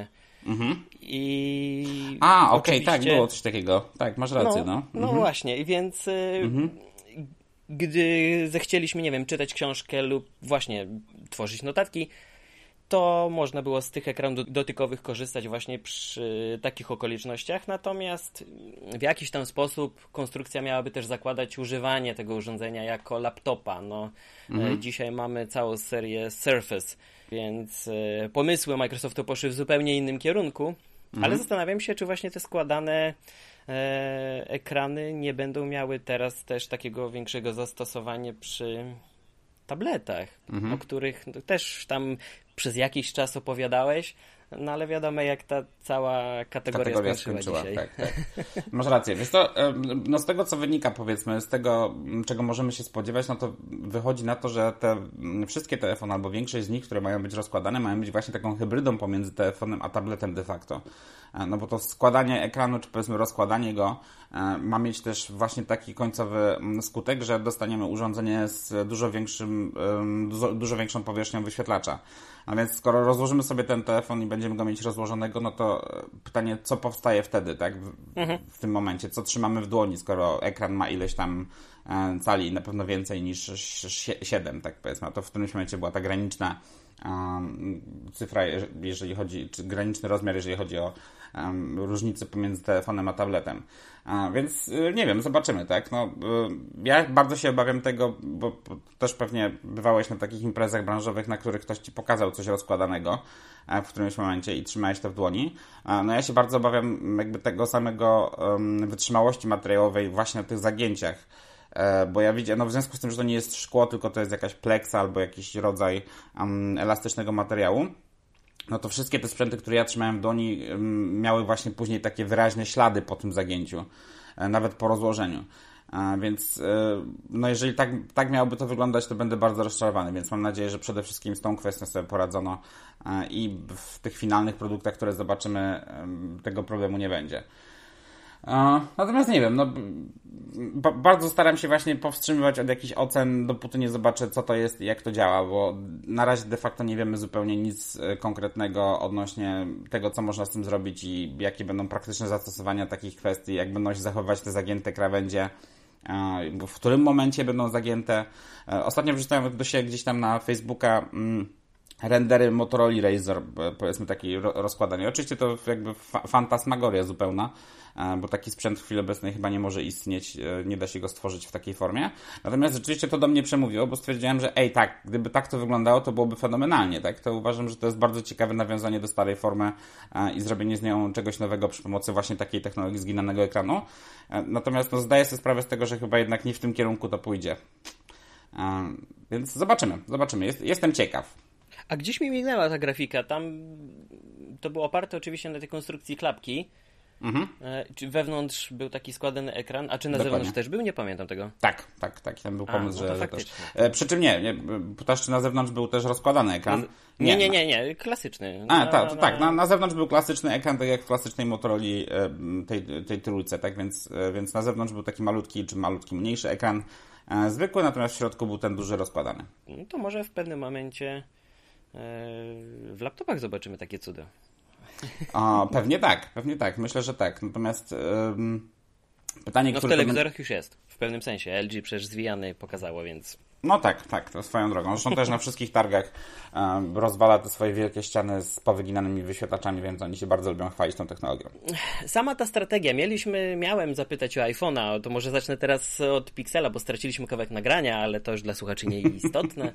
B: Tak, było coś takiego. Tak, masz rację.
A: No właśnie, i więc gdy zechcieliśmy, nie wiem, czytać książkę lub właśnie tworzyć notatki, to można było z tych ekranów dotykowych korzystać właśnie przy takich okolicznościach, natomiast w jakiś tam sposób konstrukcja miałaby też zakładać używanie tego urządzenia jako laptopa. Dzisiaj mamy całą serię Surface, więc pomysły Microsoftu poszły w zupełnie innym kierunku, ale zastanawiam się, czy właśnie te składane ekrany nie będą miały teraz też takiego większego zastosowania przy tabletach, o których też tam przez jakiś czas opowiadałeś, no ale wiadomo, jak ta cała kategoria skończyła dzisiaj.
B: Tak. Masz rację. Wiesz to, z tego, co wynika, powiedzmy, z tego, czego możemy się spodziewać, no to wychodzi na to, że te wszystkie telefony, albo większość z nich, które mają być rozkładane, mają być właśnie taką hybrydą pomiędzy telefonem a tabletem de facto. No bo to składanie ekranu, czy powiedzmy rozkładanie go ma mieć też właśnie taki końcowy skutek, że dostaniemy urządzenie z dużo większą powierzchnią wyświetlacza. A więc skoro rozłożymy sobie ten telefon i będziemy go mieć rozłożonego, no to pytanie, co powstaje wtedy, tak? W tym momencie, co trzymamy w dłoni, skoro ekran ma ileś tam cali, na pewno więcej niż 7, tak powiedzmy. A to w którymś momencie była ta graniczna cyfra, jeżeli chodzi, czy graniczny rozmiar, jeżeli chodzi o różnicę pomiędzy telefonem a tabletem. Więc nie wiem, zobaczymy, tak? Ja bardzo się obawiam tego, bo też pewnie bywałeś na takich imprezach branżowych, na których ktoś ci pokazał coś rozkładanego w którymś momencie i trzymałeś to w dłoni. Ja się bardzo obawiam jakby tego samego wytrzymałości materiałowej właśnie na tych zagięciach bo ja widzę, no w związku z tym, że to nie jest szkło, tylko to jest jakaś pleksa albo jakiś rodzaj elastycznego materiału, no to wszystkie te sprzęty, które ja trzymałem w dłoni, miały właśnie później takie wyraźne ślady po tym zagięciu, nawet po rozłożeniu. Więc no jeżeli tak miałoby to wyglądać, to będę bardzo rozczarowany, więc mam nadzieję, że przede wszystkim z tą kwestią sobie poradzono i w tych finalnych produktach, które zobaczymy, tego problemu nie będzie. Natomiast nie wiem, no bardzo staram się właśnie powstrzymywać od jakichś ocen, dopóty nie zobaczę, co to jest i jak to działa, bo na razie de facto nie wiemy zupełnie nic konkretnego odnośnie tego, co można z tym zrobić i jakie będą praktyczne zastosowania takich kwestii, jak będą się zachowywać te zagięte krawędzie, w którym momencie będą zagięte. Ostatnio wrzucałem do siebie gdzieś tam na Facebooka rendery Motorola Razr, powiedzmy takie rozkładanie. Oczywiście to jakby fantasmagoria zupełna, bo taki sprzęt w chwili obecnej chyba nie może istnieć, nie da się go stworzyć w takiej formie. Natomiast rzeczywiście to do mnie przemówiło, bo stwierdziłem, że tak, gdyby tak to wyglądało, to byłoby fenomenalnie, tak? To uważam, że to jest bardzo ciekawe nawiązanie do starej formy i zrobienie z nią czegoś nowego przy pomocy właśnie takiej technologii zginanego ekranu. Natomiast no, zdaję sobie sprawę z tego, że chyba jednak nie w tym kierunku to pójdzie. Więc zobaczymy. Jestem ciekaw.
A: A gdzieś mi mignęła ta grafika. Tam to było oparte oczywiście na tej konstrukcji klapki. Mhm. Czy wewnątrz był taki składany ekran, a czy na zewnątrz też był? Nie pamiętam tego.
B: Tak. Tam był pomysł, że też. Przy czym nie. Pytasz, czy na zewnątrz był też rozkładany ekran?
A: Nie. Klasyczny.
B: Na zewnątrz był klasyczny ekran, tak jak w klasycznej Motorola tej trójce, tak? Więc na zewnątrz był taki malutki mniejszy ekran zwykły, natomiast w środku był ten duży rozkładany.
A: No to może w pewnym momencie w laptopach zobaczymy takie cuda.
B: Pewnie tak. Myślę, że tak. Natomiast pytanie,
A: które... w telewizorach już jest. W pewnym sensie. LG przecież zwijany pokazało, więc...
B: No tak, to swoją drogą. Zresztą też na wszystkich targach rozwala te swoje wielkie ściany z powyginanymi wyświetlaczami, więc oni się bardzo lubią chwalić tą technologią.
A: Sama ta strategia. Miałem zapytać o iPhone'a, to może zacznę teraz od Pixela, bo straciliśmy kawałek nagrania, ale to już dla słuchaczy nieistotne.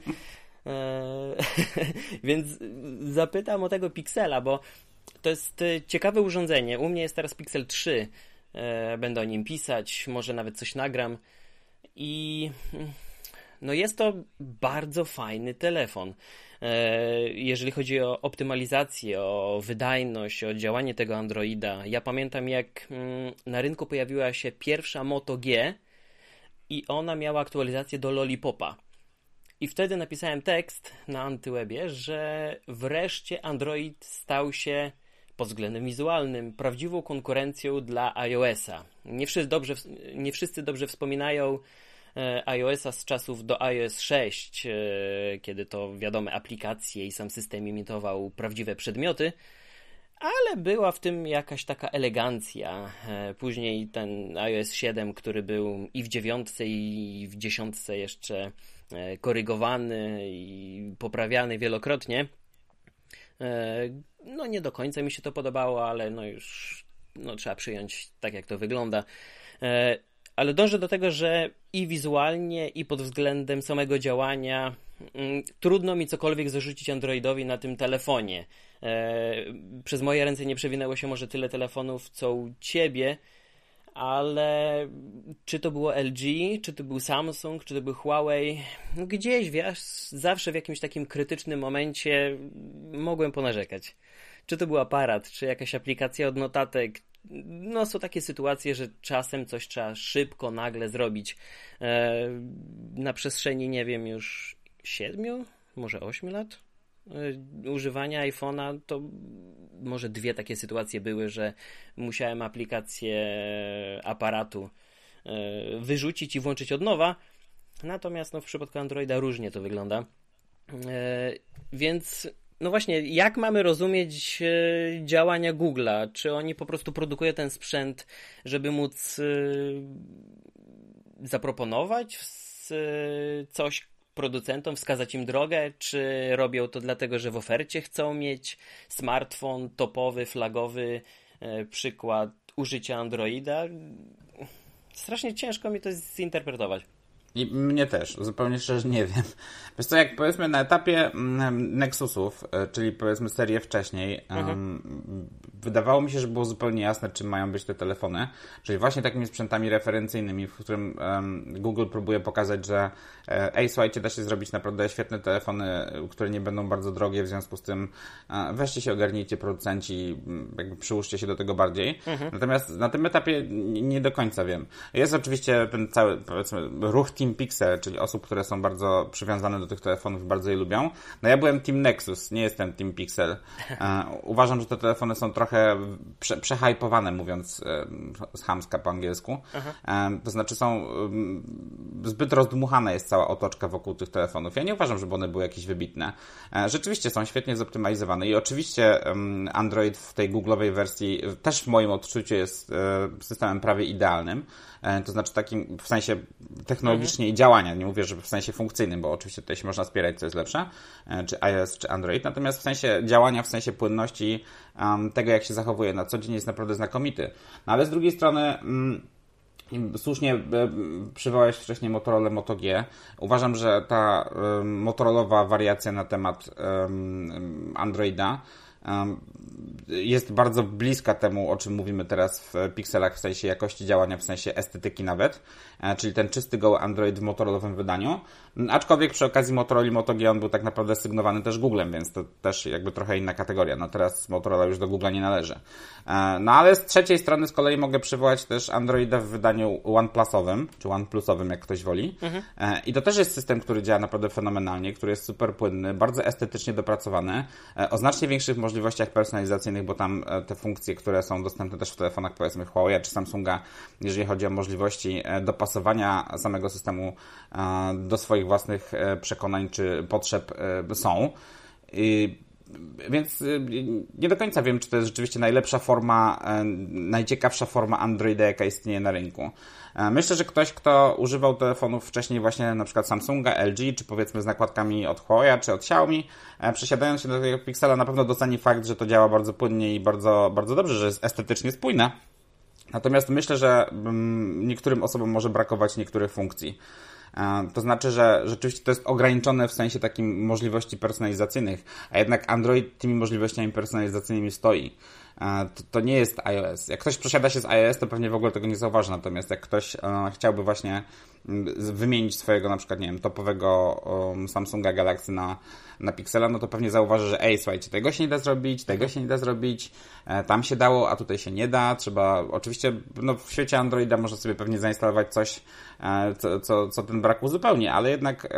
A: Więc zapytam o tego Pixela, bo to jest ciekawe urządzenie. U mnie jest teraz Pixel 3. Będę o nim pisać, może nawet coś nagram. I no jest to bardzo fajny telefon. Jeżeli chodzi o optymalizację, o wydajność, o działanie tego Androida. Ja pamiętam, jak na rynku pojawiła się pierwsza Moto G i ona miała aktualizację do Lollipopa. I wtedy napisałem tekst na Antywebie, że wreszcie Android stał się pod względem wizualnym prawdziwą konkurencją dla iOS-a. Nie wszyscy dobrze wspominają iOS-a z czasów do iOS 6, kiedy to wiadome aplikacje i sam system imitował prawdziwe przedmioty, ale była w tym jakaś taka elegancja. Później ten iOS 7, który był i w 9 i w 10 jeszcze korygowany i poprawiany wielokrotnie. No nie do końca mi się to podobało, ale no już trzeba przyjąć tak, jak to wygląda. Ale dążę do tego, że i wizualnie, i pod względem samego działania trudno mi cokolwiek zarzucić Androidowi na tym telefonie. Przez moje ręce nie przewinęło się może tyle telefonów, co u ciebie, ale czy to było LG, czy to był Samsung, czy to był Huawei, gdzieś, wiesz, zawsze w jakimś takim krytycznym momencie mogłem ponarzekać. Czy to był aparat, czy jakaś aplikacja od notatek. No są takie sytuacje, że czasem coś trzeba szybko, nagle zrobić. Na przestrzeni, nie wiem, już 7, może 8 lat używania iPhone'a, to może 2 takie sytuacje były, że musiałem aplikację aparatu wyrzucić i włączyć od nowa. Natomiast w przypadku Androida różnie to wygląda. Więc no właśnie, jak mamy rozumieć działania Google'a? Czy oni po prostu produkują ten sprzęt, żeby móc zaproponować coś producentom, wskazać im drogę, czy robią to dlatego, że w ofercie chcą mieć smartfon topowy, flagowy, przykład użycia Androida? Strasznie ciężko mi to zinterpretować.
B: I mnie też, zupełnie szczerze nie wiem. Wiesz co, jak powiedzmy na etapie Nexusów, czyli powiedzmy serię wcześniej, wydawało mi się, że było zupełnie jasne, czym mają być te telefony, czyli właśnie takimi sprzętami referencyjnymi, w którym Google próbuje pokazać, że słuchajcie, da się zrobić naprawdę świetne telefony, które nie będą bardzo drogie, w związku z tym weźcie się, ogarnijcie producenci, jakby przyłóżcie się do tego bardziej. Natomiast na tym etapie nie do końca wiem. Jest oczywiście ten cały, powiedzmy, ruch Team Pixel, czyli osób, które są bardzo przywiązane do tych telefonów i bardzo je lubią. No ja byłem Team Nexus, nie jestem Team Pixel. Uważam, że te telefony są trochę przehypowane, mówiąc z chamska po angielsku. To znaczy są zbyt rozdmuchana jest cała otoczka wokół tych telefonów. Ja nie uważam, żeby one były jakieś wybitne. Rzeczywiście są świetnie zoptymalizowane i oczywiście Android w tej Google'owej wersji też w moim odczuciu jest systemem prawie idealnym. To znaczy takim w sensie technologicznie i działania. Nie mówię, że w sensie funkcyjnym, bo oczywiście tutaj się można spierać, co jest lepsze, czy iOS, czy Android. Natomiast w sensie działania, w sensie płynności tego, jak się zachowuje na co dzień, jest naprawdę znakomity. No ale z drugiej strony słusznie przywołałeś wcześniej Motorola Moto G. Uważam, że ta Motorolowa wariacja na temat Androida jest bardzo bliska temu, o czym mówimy teraz w pikselach, w sensie jakości działania, w sensie estetyki nawet, czyli ten czysty go Android w motorolowym wydaniu. Aczkolwiek przy okazji Motorola Moto G on był tak naprawdę sygnowany też Googlem, więc to też jakby trochę inna kategoria. No teraz Motorola już do Google'a nie należy. No ale z trzeciej strony z kolei mogę przywołać też Androida w wydaniu OnePlusowym, czy OnePlusowym, jak ktoś woli. I to też jest system, który działa naprawdę fenomenalnie, który jest super płynny, bardzo estetycznie dopracowany, o znacznie większych możliwościach personalizacyjnych, bo tam te funkcje, które są dostępne też w telefonach, powiedzmy Huawei czy Samsunga, jeżeli chodzi o możliwości dopasowania samego systemu do swoich własnych przekonań czy potrzeb są. Więc nie do końca wiem, czy to jest rzeczywiście najlepsza forma, najciekawsza forma Androida, jaka istnieje na rynku. Myślę, że ktoś, kto używał telefonów wcześniej właśnie na przykład Samsunga, LG, czy powiedzmy z nakładkami od Huawei, czy od Xiaomi, przesiadając się do tego Pixela, na pewno doceni fakt, że to działa bardzo płynnie i bardzo, bardzo dobrze, że jest estetycznie spójne. Natomiast myślę, że niektórym osobom może brakować niektórych funkcji. To znaczy, że rzeczywiście to jest ograniczone w sensie takim możliwości personalizacyjnych, a jednak Android tymi możliwościami personalizacyjnymi stoi. To nie jest iOS. Jak ktoś przesiada się z iOS, to pewnie w ogóle tego nie zauważy, natomiast jak ktoś chciałby właśnie wymienić swojego na przykład, nie wiem, topowego Samsunga Galaxy na Pixela, no to pewnie zauważy, że słuchajcie, tego się nie da zrobić, tego się nie da zrobić, tam się dało, a tutaj się nie da. Trzeba, oczywiście, no w świecie Androida można sobie pewnie zainstalować coś, co ten brak uzupełni, ale jednak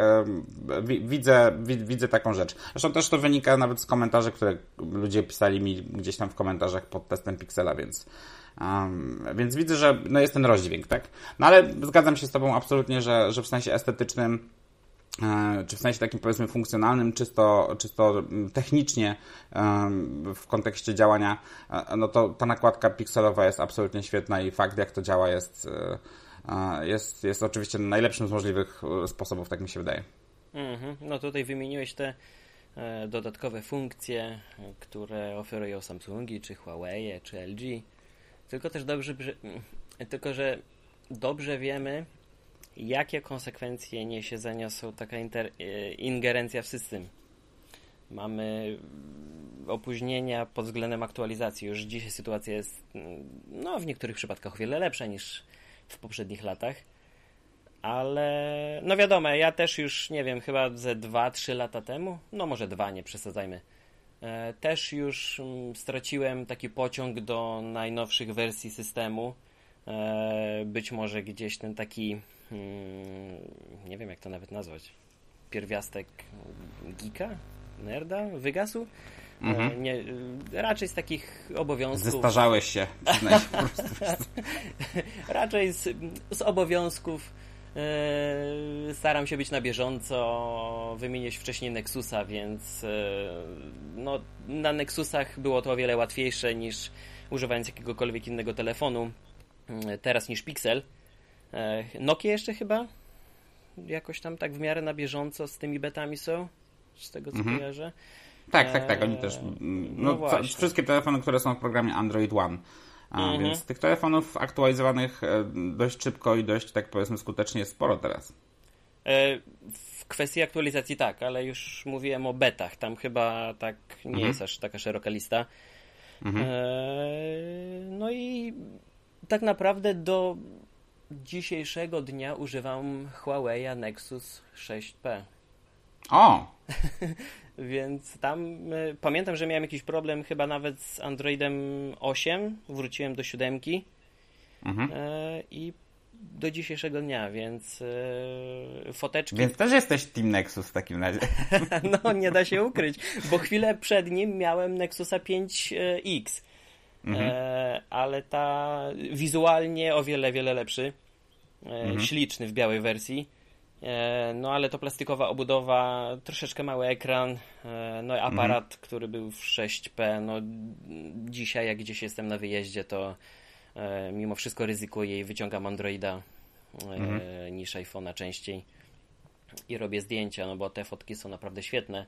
B: widzę taką rzecz. Zresztą też to wynika nawet z komentarzy, które ludzie pisali mi gdzieś tam w komentarzach pod testem Pixela, więc widzę, że no jest ten rozdźwięk, tak? No ale zgadzam się z Tobą absolutnie, że w sensie estetycznym czy w sensie takim powiedzmy funkcjonalnym, czysto technicznie w kontekście działania, no to ta nakładka pikselowa jest absolutnie świetna i fakt, jak to działa, jest oczywiście najlepszym z możliwych sposobów, tak mi się wydaje.
A: No tutaj wymieniłeś te dodatkowe funkcje, które oferują Samsungi, czy Huawei, czy LG. Tylko że dobrze wiemy, jakie konsekwencje niesie za niosą taka ingerencja w system. Mamy opóźnienia pod względem aktualizacji. Już dzisiaj sytuacja jest w niektórych przypadkach o wiele lepsza niż w poprzednich latach. Ale no wiadomo, ja też już, nie wiem, chyba ze 2-3 lata temu, no może 2, nie przesadzajmy, też już straciłem taki pociąg do najnowszych wersji systemu. Być może gdzieś ten taki, nie wiem jak to nawet nazwać, pierwiastek geeka, nerda, wygasł. Nie, raczej z takich obowiązków.
B: Zestarzałeś się, przyznaj się po prostu.
A: Raczej z obowiązków staram się być na bieżąco. Wymieniłeś wcześniej Nexusa, więc no, na Nexusach było to o wiele łatwiejsze niż używając jakiegokolwiek innego telefonu teraz niż Pixel. Nokia jeszcze chyba jakoś tam tak w miarę na bieżąco z tymi betami są, z tego co kojarzę.
B: Tak, oni też. Wszystkie telefony, które są w programie Android One. Więc tych telefonów aktualizowanych dość szybko i dość, tak powiedzmy, skutecznie jest sporo teraz.
A: W kwestii aktualizacji tak, ale już mówiłem o betach. Tam chyba tak nie jest aż taka szeroka lista. No i tak naprawdę do dzisiejszego dnia używam Huawei Nexus 6P.
B: O!
A: Więc tam pamiętam, że miałem jakiś problem chyba nawet z Androidem 8, wróciłem do 7 i do dzisiejszego dnia, więc foteczki...
B: Więc też jesteś Team Nexus w takim razie.
A: No, nie da się ukryć, bo chwilę przed nim miałem Nexusa 5X, ale ta wizualnie o wiele, wiele lepszy, śliczny w białej wersji. No ale to plastikowa obudowa, troszeczkę mały ekran, no i aparat, który był w 6P. No dzisiaj jak gdzieś jestem na wyjeździe, to mimo wszystko ryzykuję i wyciągam Androida niż iPhone'a częściej i robię zdjęcia, no bo te fotki są naprawdę świetne.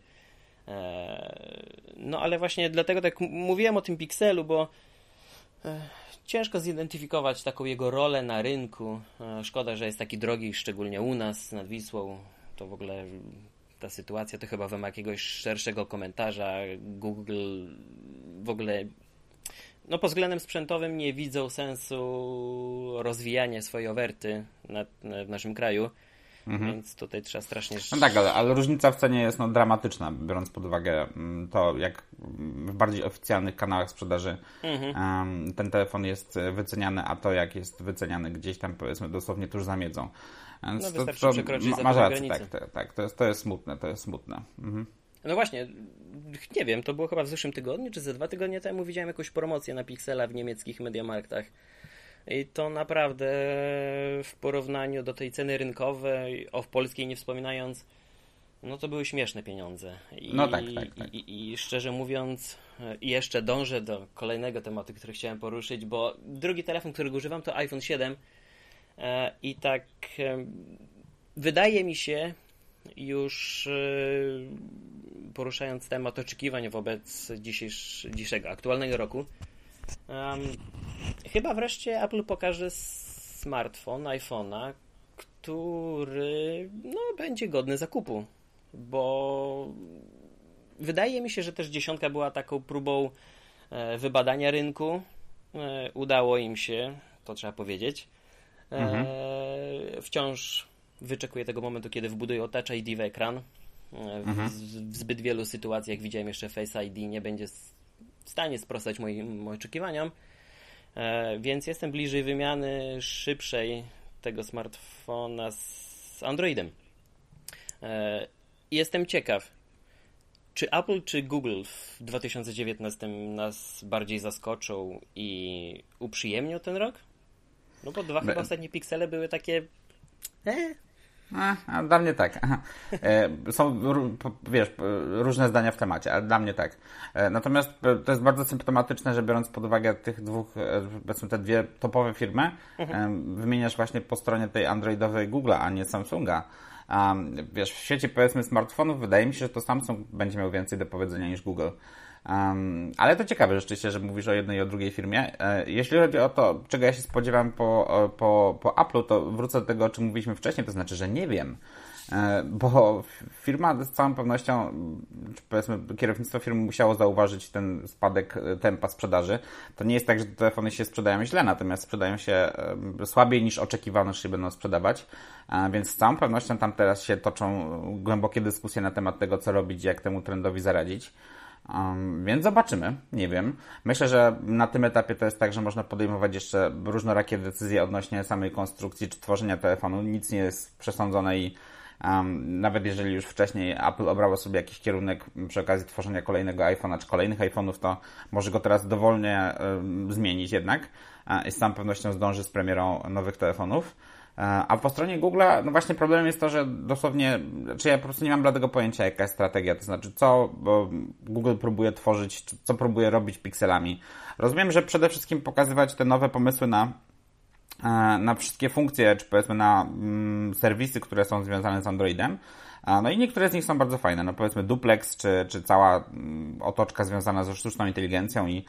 A: No ale właśnie dlatego tak mówiłem o tym Pixelu, bo ciężko zidentyfikować taką jego rolę na rynku. Szkoda, że jest taki drogi, szczególnie u nas nad Wisłą. To w ogóle ta sytuacja to chyba wymaga jakiegoś szerszego komentarza. Google w ogóle no pod względem sprzętowym nie widzą sensu rozwijania swojej oferty w naszym kraju. Więc tutaj trzeba strasznie...
B: No tak, ale różnica w cenie jest dramatyczna, biorąc pod uwagę to, jak w bardziej oficjalnych kanałach sprzedaży ten telefon jest wyceniany, a to jak jest wyceniany gdzieś tam, powiedzmy, dosłownie tuż za miedzą. Więc
A: no wystarczy przekroczyć za
B: masz rację,
A: granicę.
B: Tak, to jest smutne.
A: No właśnie, nie wiem, to było chyba w zeszłym tygodniu, czy ze 2 tygodnie temu widziałem jakąś promocję na Pixela w niemieckich MediaMarktach. I to naprawdę w porównaniu do tej ceny rynkowej, o w polskiej nie wspominając, no to były śmieszne pieniądze.
B: No tak.
A: I szczerze mówiąc, jeszcze dążę do kolejnego tematu, który chciałem poruszyć, bo drugi telefon, którego używam, to iPhone 7 i tak wydaje mi się, już poruszając temat oczekiwań wobec dzisiejszego, aktualnego roku, chyba wreszcie Apple pokaże smartfon, iPhone'a, który będzie godny zakupu, bo wydaje mi się, że też 10 była taką próbą wybadania rynku. Udało im się, to trzeba powiedzieć. Wciąż wyczekuję tego momentu, kiedy wbudują Touch ID w ekran. W zbyt wielu sytuacjach widziałem jeszcze Face ID, nie będzie w stanie sprostać moim oczekiwaniom, więc jestem bliżej wymiany szybszej tego smartfona z Androidem. Jestem ciekaw, czy Apple, czy Google w 2019 nas bardziej zaskoczą i uprzyjemnią ten rok? No bo chyba ostatnie Pixele były takie...
B: A dla mnie tak. Są, wiesz, różne zdania w temacie, ale dla mnie tak. Natomiast to jest bardzo symptomatyczne, że biorąc pod uwagę tych dwóch, powiedzmy te dwie topowe firmy, wymieniasz właśnie po stronie tej androidowej Google'a, a nie Samsunga. Wiesz, w świecie, powiedzmy, smartfonów wydaje mi się, że to Samsung będzie miał więcej do powiedzenia niż Google. Ale to ciekawe rzeczywiście, że mówisz o jednej i o drugiej firmie. Jeśli chodzi o to, czego ja się spodziewam po Apple'u, to wrócę do tego, o czym mówiliśmy wcześniej, to znaczy, że nie wiem. Bo firma z całą pewnością, czy powiedzmy kierownictwo firmy musiało zauważyć ten spadek tempa sprzedaży. To nie jest tak, że te telefony się sprzedają źle, natomiast sprzedają się słabiej niż oczekiwano, że się będą sprzedawać. Więc z całą pewnością tam teraz się toczą głębokie dyskusje na temat tego, co robić i jak temu trendowi zaradzić. Więc zobaczymy, nie wiem. Myślę, że na tym etapie to jest tak, że można podejmować jeszcze różnorakie decyzje odnośnie samej konstrukcji czy tworzenia telefonu. Nic nie jest przesądzone i nawet jeżeli już wcześniej Apple obrało sobie jakiś kierunek przy okazji tworzenia kolejnego iPhone'a czy kolejnych iPhone'ów, to może go teraz dowolnie zmienić jednak i z całą pewnością zdąży z premierą nowych telefonów. A po stronie Google'a, no właśnie problemem jest to, że dosłownie, ja po prostu nie mam bladego pojęcia, jaka jest strategia, to znaczy co Google próbuje tworzyć, co próbuje robić pikselami. Rozumiem, że przede wszystkim pokazywać te nowe pomysły na wszystkie funkcje, czy powiedzmy na serwisy, które są związane z Androidem, No i niektóre z nich są bardzo fajne, no powiedzmy Duplex, czy cała otoczka związana ze sztuczną inteligencją i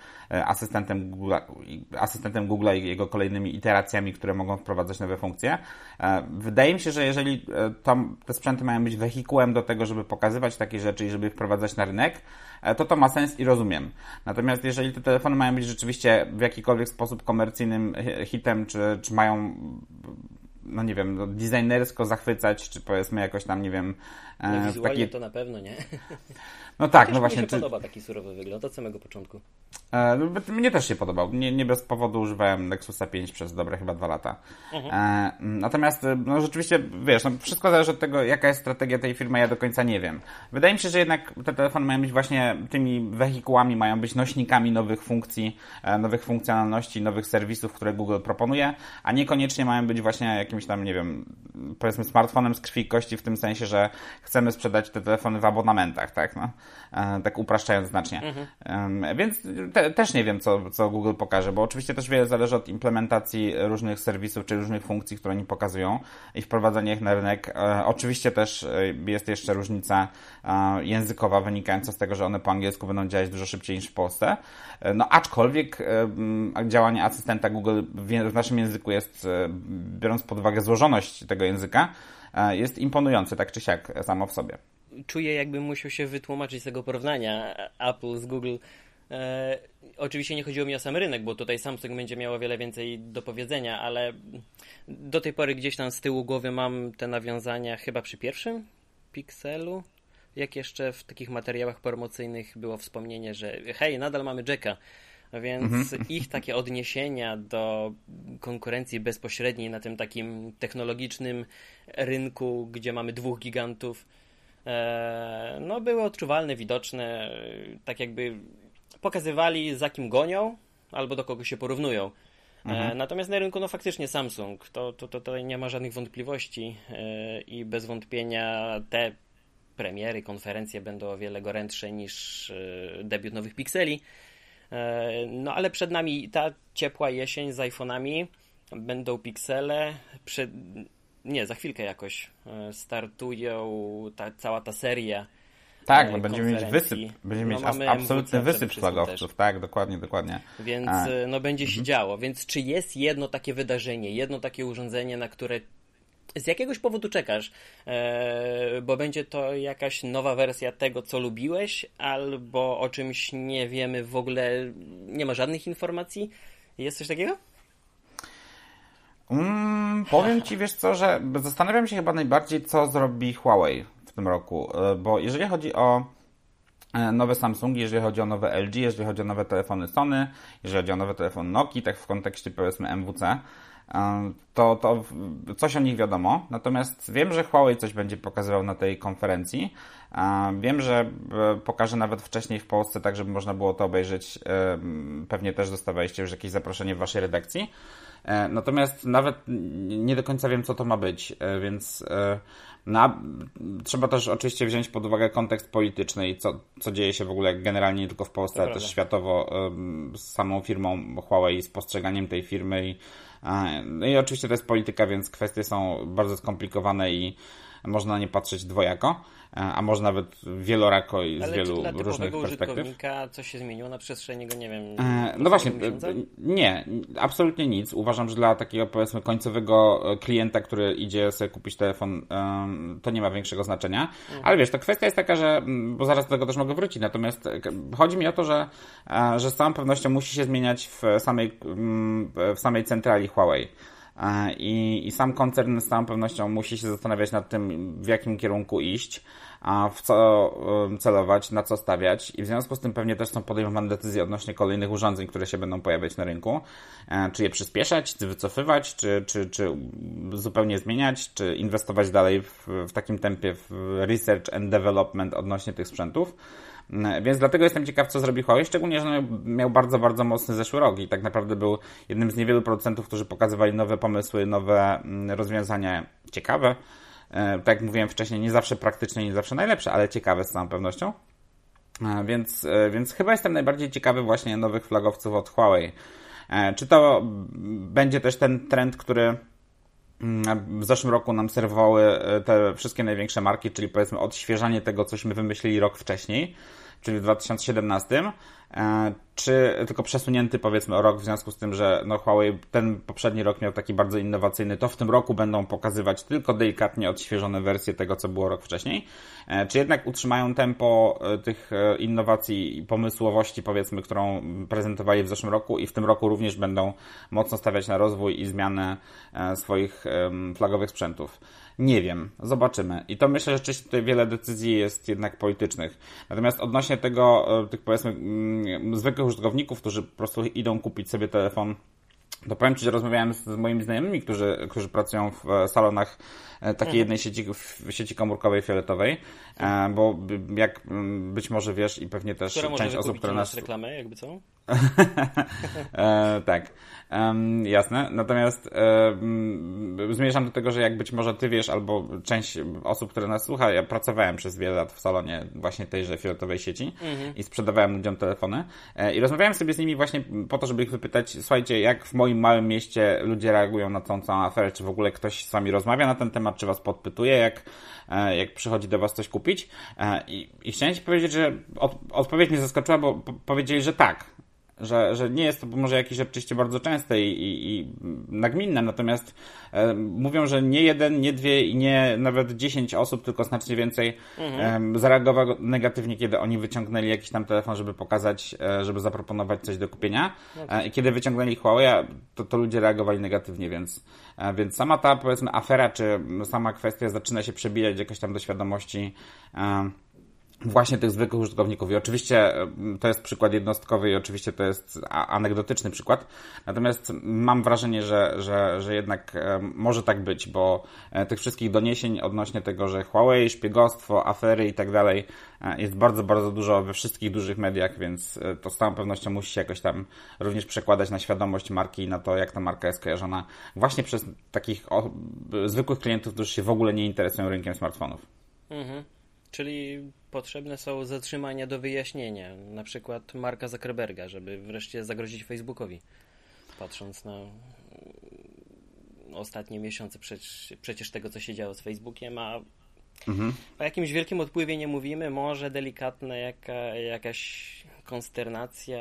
B: asystentem Google'a i jego kolejnymi iteracjami, które mogą wprowadzać nowe funkcje. Wydaje mi się, że jeżeli te sprzęty mają być wehikułem do tego, żeby pokazywać takie rzeczy i żeby je wprowadzać na rynek, to ma sens i rozumiem. Natomiast jeżeli te telefony mają być rzeczywiście w jakikolwiek sposób komercyjnym hitem, czy mają, no nie wiem, designersko zachwycać, czy powiedzmy jakoś tam, nie wiem...
A: No wizualnie to na pewno, nie?
B: No tak, no właśnie.
A: Mi się podoba taki surowy wygląd od samego początku.
B: Mnie też się podobał. Nie bez powodu używałem Nexusa 5 przez dobre chyba 2 lata. Natomiast no rzeczywiście, wiesz, no wszystko zależy od tego, jaka jest strategia tej firmy, ja do końca nie wiem. Wydaje mi się, że jednak te telefony mają być właśnie tymi wehikułami, mają być nośnikami nowych funkcji, nowych funkcjonalności, nowych serwisów, które Google proponuje, a niekoniecznie mają być właśnie jakimś tam, nie wiem, powiedzmy smartfonem z krwi i kości w tym sensie, że chcemy sprzedać te telefony w abonamentach, tak? No. Tak upraszczając znacznie. Więc też nie wiem, co Google pokaże, bo oczywiście też wiele zależy od implementacji różnych serwisów czy różnych funkcji, które oni pokazują i wprowadzania ich na rynek. Oczywiście też jest jeszcze różnica językowa wynikająca z tego, że one po angielsku będą działać dużo szybciej niż w Polsce. No aczkolwiek działanie asystenta Google w naszym języku jest, biorąc pod uwagę złożoność tego języka, jest imponujące tak czy siak samo w sobie.
A: Czuję, jakbym musiał się wytłumaczyć z tego porównania Apple z Google. Oczywiście nie chodziło mi o sam rynek, bo tutaj Samsung będzie miał o wiele więcej do powiedzenia, ale do tej pory gdzieś tam z tyłu głowy mam te nawiązania chyba przy pierwszym Pixelu, jak jeszcze w takich materiałach promocyjnych było wspomnienie, że hej, nadal mamy Jacka, więc ich takie odniesienia do konkurencji bezpośredniej na tym takim technologicznym rynku, gdzie mamy dwóch gigantów, no były odczuwalne, widoczne, tak jakby pokazywali, za kim gonią albo do kogo się porównują. Natomiast na rynku no faktycznie Samsung, to nie ma żadnych wątpliwości i bez wątpienia te premiery, konferencje będą o wiele gorętsze niż debiut nowych Pixeli. No ale przed nami ta ciepła jesień z iPhone'ami, będą Pixele, za chwilkę jakoś startują cała ta seria.
B: Tak, no będziemy mieć wysyp, absolutny wysyp flagowców, tak, dokładnie.
A: Więc no będzie się działo, więc czy jest jedno takie wydarzenie, jedno takie urządzenie, na które z jakiegoś powodu czekasz, bo będzie to jakaś nowa wersja tego, co lubiłeś, albo o czymś nie wiemy w ogóle, nie ma żadnych informacji? Jest coś takiego?
B: Powiem Ci, wiesz co, że zastanawiam się chyba najbardziej, co zrobi Huawei w tym roku, bo jeżeli chodzi o nowe Samsungi, jeżeli chodzi o nowe LG, jeżeli chodzi o nowe telefony Sony, jeżeli chodzi o nowe telefony Nokii, tak w kontekście powiedzmy MWC, to coś o nich wiadomo. Natomiast wiem, że Huawei coś będzie pokazywał na tej konferencji. Wiem, że pokaże nawet wcześniej w Polsce, tak żeby można było to obejrzeć. Pewnie też dostawaliście już jakieś zaproszenie w waszej redakcji. Natomiast nawet nie do końca wiem, co to ma być, więc trzeba też oczywiście wziąć pod uwagę kontekst polityczny i co dzieje się w ogóle generalnie nie tylko w Polsce, ale też światowo z samą firmą Huawei, z postrzeganiem tej firmy. No i oczywiście to jest polityka, więc kwestie są bardzo skomplikowane i można na nie patrzeć dwojako, a może nawet wielorako i z wielu różnych perspektyw.
A: Użytkownika coś się zmieniło na przestrzeni, nie wiem...
B: No właśnie, nie, absolutnie nic. Uważam, że dla takiego powiedzmy końcowego klienta, który idzie sobie kupić telefon, to nie ma większego znaczenia. Ale wiesz, to kwestia jest taka, że, bo zaraz do tego też mogę wrócić, natomiast chodzi mi o to, że z całą pewnością musi się zmieniać w samej centrali Huawei. I sam koncern z całą pewnością musi się zastanawiać nad tym, w jakim kierunku iść, w co celować, na co stawiać i w związku z tym pewnie też są podejmowane decyzje odnośnie kolejnych urządzeń, które się będą pojawiać na rynku. Czy je przyspieszać, czy wycofywać, czy zupełnie zmieniać, czy inwestować dalej w takim tempie w research and development odnośnie tych sprzętów. Więc dlatego jestem ciekaw, co zrobi Huawei, szczególnie, że miał bardzo, bardzo mocny zeszły rok i tak naprawdę był jednym z niewielu producentów, którzy pokazywali nowe pomysły, nowe rozwiązania ciekawe. Tak jak mówiłem wcześniej, nie zawsze praktyczne, nie zawsze najlepsze, ale ciekawe z całą pewnością. Więc chyba jestem najbardziej ciekawy właśnie nowych flagowców od Huawei. Czy to będzie też ten trend, który w zeszłym roku nam serwowały te wszystkie największe marki, czyli powiedzmy odświeżanie tego, cośmy wymyślili rok wcześniej, czyli w 2017, czy tylko przesunięty powiedzmy o rok w związku z tym, że no Huawei ten poprzedni rok miał taki bardzo innowacyjny, to w tym roku będą pokazywać tylko delikatnie odświeżone wersje tego, co było rok wcześniej, czy jednak utrzymają tempo tych innowacji i pomysłowości powiedzmy, którą prezentowali w zeszłym roku i w tym roku również będą mocno stawiać na rozwój i zmianę swoich flagowych sprzętów. Nie wiem, zobaczymy. I to myślę, że rzeczywiście tutaj wiele decyzji jest jednak politycznych. Natomiast odnośnie tego, tych powiedzmy zwykłych użytkowników, którzy po prostu idą kupić sobie telefon, to powiem Ci, że rozmawiałem z moimi znajomymi, którzy pracują w salonach takiej jednej sieci komórkowej fioletowej, bo jak być może wiesz i pewnie też część osób, które nas...
A: reklamę, jakby co?
B: Tak, jasne. Natomiast zmierzam do tego, że jak być może Ty wiesz, albo część osób, które nas słucha, ja pracowałem przez wiele lat w salonie właśnie tejże fioletowej sieci i sprzedawałem ludziom telefony i rozmawiałem sobie z nimi właśnie po to, żeby ich wypytać, słuchajcie, jak w moim małym mieście ludzie reagują na tą całą aferę, czy w ogóle ktoś z Wami rozmawia na ten temat, czy Was podpytuje, jak przychodzi do Was coś kupić. I chciałem Ci powiedzieć, że odpowiedź mnie zaskoczyła, bo powiedzieli, że tak. Że nie jest to może jakieś rzeczywiście bardzo częste i nagminne, natomiast mówią, że nie jeden, nie dwie i nie nawet 10 osób, tylko znacznie więcej zareagowało negatywnie, kiedy oni wyciągnęli jakiś tam telefon, żeby pokazać, żeby zaproponować coś do kupienia. I kiedy wyciągnęli Huawei, to ludzie reagowali negatywnie, więc sama ta, powiedzmy, afera, czy sama kwestia zaczyna się przebijać jakoś tam do świadomości właśnie tych zwykłych użytkowników. I oczywiście to jest przykład jednostkowy i oczywiście to jest anegdotyczny przykład. Natomiast mam wrażenie, że jednak może tak być, bo tych wszystkich doniesień odnośnie tego, że Huawei, szpiegostwo, afery i tak dalej jest bardzo, bardzo dużo we wszystkich dużych mediach, więc to z całą pewnością musi się jakoś tam również przekładać na świadomość marki i na to, jak ta marka jest kojarzona właśnie przez takich zwykłych klientów, którzy się w ogóle nie interesują rynkiem smartfonów.
A: Czyli potrzebne są zatrzymania do wyjaśnienia, na przykład Marka Zuckerberga, żeby wreszcie zagrozić Facebookowi, patrząc na ostatnie miesiące przecież tego, co się działo z Facebookiem, a o jakimś wielkim odpływie nie mówimy, może delikatna jakaś konsternacja.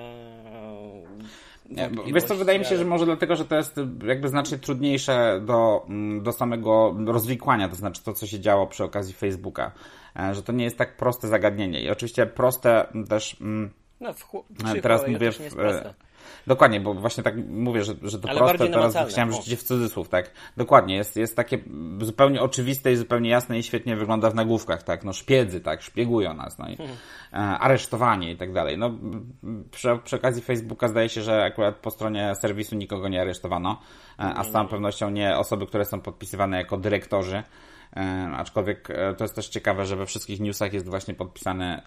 B: Wiesz co, wydaje mi się, że może dlatego, że to jest jakby znacznie trudniejsze do samego rozwikłania, to znaczy to, co się działo przy okazji Facebooka, że to nie jest tak proste zagadnienie i oczywiście proste też teraz mówię
A: to nie jest proste.
B: Dokładnie, bo właśnie tak mówię, że to
A: ale
B: proste, teraz chciałem rzucić w cudzysłów, tak. Dokładnie, jest takie zupełnie oczywiste i zupełnie jasne i świetnie wygląda w nagłówkach, tak. No szpiedzy, tak, szpiegują nas, no i aresztowanie i tak dalej. No przy okazji Facebooka zdaje się, że akurat po stronie serwisu nikogo nie aresztowano, a z całą pewnością nie osoby, które są podpisywane jako dyrektorzy. Aczkolwiek to jest też ciekawe, że we wszystkich newsach jest właśnie podpisany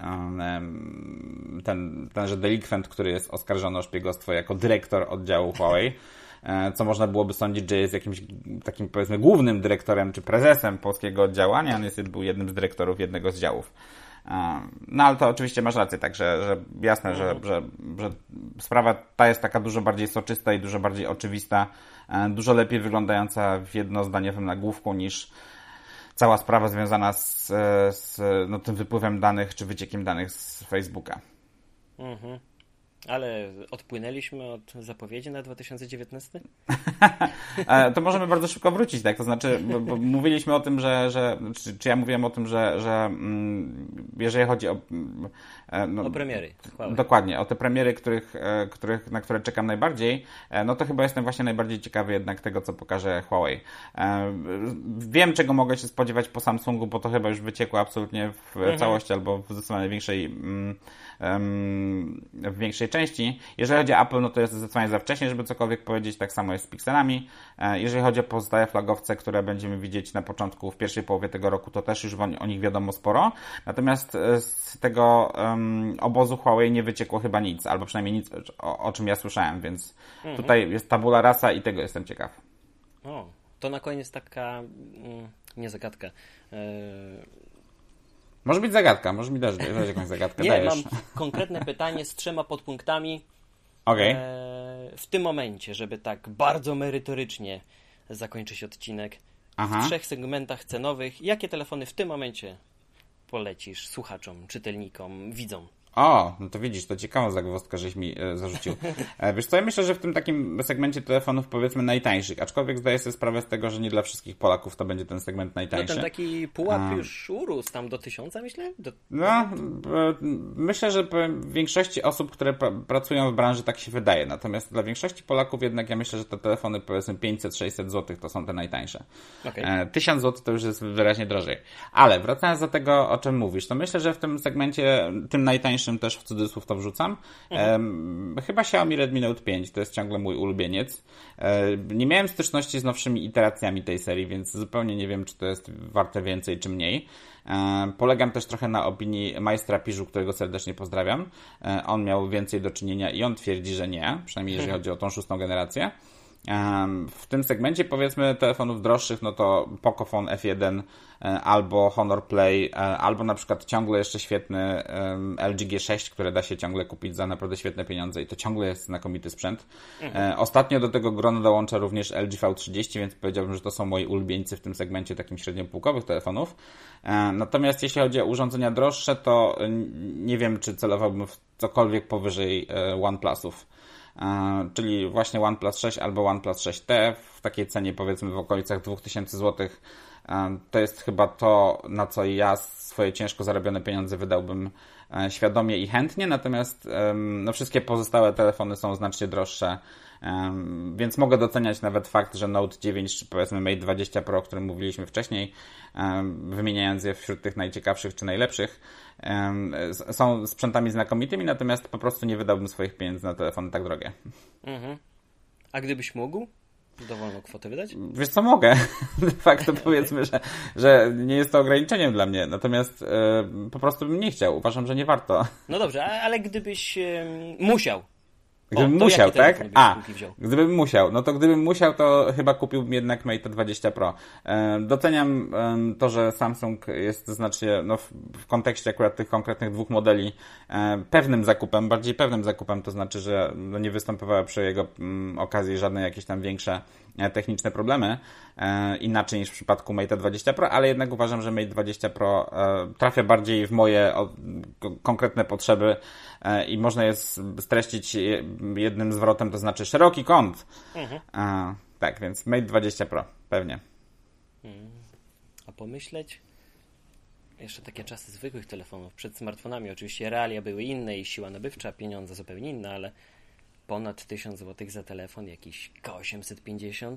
B: tenże delikwent, który jest oskarżony o szpiegostwo jako dyrektor oddziału Huawei, co można byłoby sądzić, że jest jakimś takim, powiedzmy, głównym dyrektorem czy prezesem polskiego oddziału, a nie, on był jednym z dyrektorów jednego z działów. No ale to oczywiście masz rację, tak, że jasne, że sprawa ta jest taka dużo bardziej soczysta i dużo bardziej oczywista, dużo lepiej wyglądająca w jednozdaniowym nagłówku niż cała sprawa związana z tym wypływem danych czy wyciekiem danych z Facebooka.
A: Ale odpłynęliśmy od zapowiedzi na 2019?
B: To możemy bardzo szybko wrócić, tak? To znaczy, bo mówiliśmy o tym, czy ja mówiłem o tym, że jeżeli chodzi o...
A: o premiery.
B: Dokładnie, o te premiery, na które czekam najbardziej, no to chyba jestem właśnie najbardziej ciekawy jednak tego, co pokaże Huawei. Wiem, czego mogę się spodziewać po Samsungu, bo to chyba już wyciekło absolutnie w całości albo w zdecydowanie większej części. Jeżeli chodzi o Apple, no to jest zdecydowanie za wcześnie, żeby cokolwiek powiedzieć. Tak samo jest z Pixelami. Jeżeli chodzi o pozostałe flagowce, które będziemy widzieć na początku, w pierwszej połowie tego roku, to też już o nich wiadomo sporo. Natomiast z tego obozu Huawei nie wyciekło chyba nic, albo przynajmniej nic, o czym ja słyszałem, więc tutaj jest tabula rasa i tego jestem ciekaw.
A: O, to na koniec taka nie zagadka.
B: Może być zagadka, może mi dać jakąś zagadkę.
A: Nie,
B: dajesz.
A: mam konkretne pytanie z 3 podpunktami.
B: Okay.
A: W tym momencie, żeby tak bardzo merytorycznie zakończy się odcinek.
B: Aha.
A: W 3 segmentach cenowych. Jakie telefony w tym momencie polecisz słuchaczom, czytelnikom, widzom?
B: O, no to widzisz, to ciekawą zagwozdkę, żeś mi zarzucił. Wiesz co, ja myślę, że w tym takim segmencie telefonów powiedzmy najtańszych, aczkolwiek zdaję sobie sprawę z tego, że nie dla wszystkich Polaków to będzie ten segment najtańszy.
A: No ten taki pułap już urósł tam do 1000, myślę?
B: No, myślę, że w większości osób, które pracują w branży tak się wydaje, natomiast dla większości Polaków jednak ja myślę, że te telefony powiedzmy 500-600 zł to są te najtańsze. Okay. 1000 zł to już jest wyraźnie drożej. Ale wracając do tego, o czym mówisz, to myślę, że w tym segmencie, tym najtańszym też w cudzysłów to wrzucam. Chyba Xiaomi Redmi Note 5 to jest ciągle mój ulubieniec. Nie miałem styczności z nowszymi iteracjami tej serii, więc zupełnie nie wiem, czy to jest warte więcej, czy mniej. Polegam też trochę na opinii majstra Piżu, którego serdecznie pozdrawiam. On miał więcej do czynienia i on twierdzi, że nie, przynajmniej jeżeli chodzi o tą 6. generację. W tym segmencie powiedzmy telefonów droższych, no to Pocophone F1 albo Honor Play, albo na przykład ciągle jeszcze świetny LG G6, które da się ciągle kupić za naprawdę świetne pieniądze i to ciągle jest znakomity sprzęt. Ostatnio do tego grona dołącza również LG V30, więc powiedziałbym, że to są moi ulubieńcy w tym segmencie takim średniopółkowych telefonów. Natomiast jeśli chodzi o urządzenia droższe, to nie wiem, czy celowałbym w cokolwiek powyżej OnePlusów. Czyli właśnie OnePlus 6 albo OnePlus 6T w takiej cenie powiedzmy w okolicach 2000 zł. To jest chyba to, na co ja swoje ciężko zarobione pieniądze wydałbym świadomie i chętnie, natomiast no, wszystkie pozostałe telefony są znacznie droższe, więc mogę doceniać nawet fakt, że Note 9 czy powiedzmy Mate 20 Pro, o którym mówiliśmy wcześniej, wymieniając je wśród tych najciekawszych czy najlepszych, są sprzętami znakomitymi, natomiast po prostu nie wydałbym swoich pieniędzy na telefony tak drogie.
A: A gdybyś mógł dowolną kwotę wydać?
B: Wiesz co, mogę. De facto powiedzmy, że nie jest to ograniczeniem dla mnie, natomiast po prostu bym nie chciał. Uważam, że nie warto.
A: No dobrze, ale gdybyś musiał.
B: Gdybym musiał, tak? Gdybym musiał. No to gdybym musiał, to chyba kupiłbym jednak Mate 20 Pro. Doceniam to, że Samsung jest znacznie, no w kontekście akurat tych konkretnych 2 modeli, pewnym zakupem, bardziej pewnym zakupem, to znaczy, że no nie występowały przy jego okazji żadne jakieś tam większe techniczne problemy, inaczej niż w przypadku Mate 20 Pro, ale jednak uważam, że Mate 20 Pro trafia bardziej w moje konkretne potrzeby i można je streścić jednym zwrotem, to znaczy szeroki kąt. Tak, więc Mate 20 Pro, pewnie.
A: A pomyśleć? Jeszcze takie czasy zwykłych telefonów, przed smartfonami oczywiście realia były inne i siła nabywcza, pieniądze zupełnie inne, ale ponad 1000 zł za telefon, jakiś K850.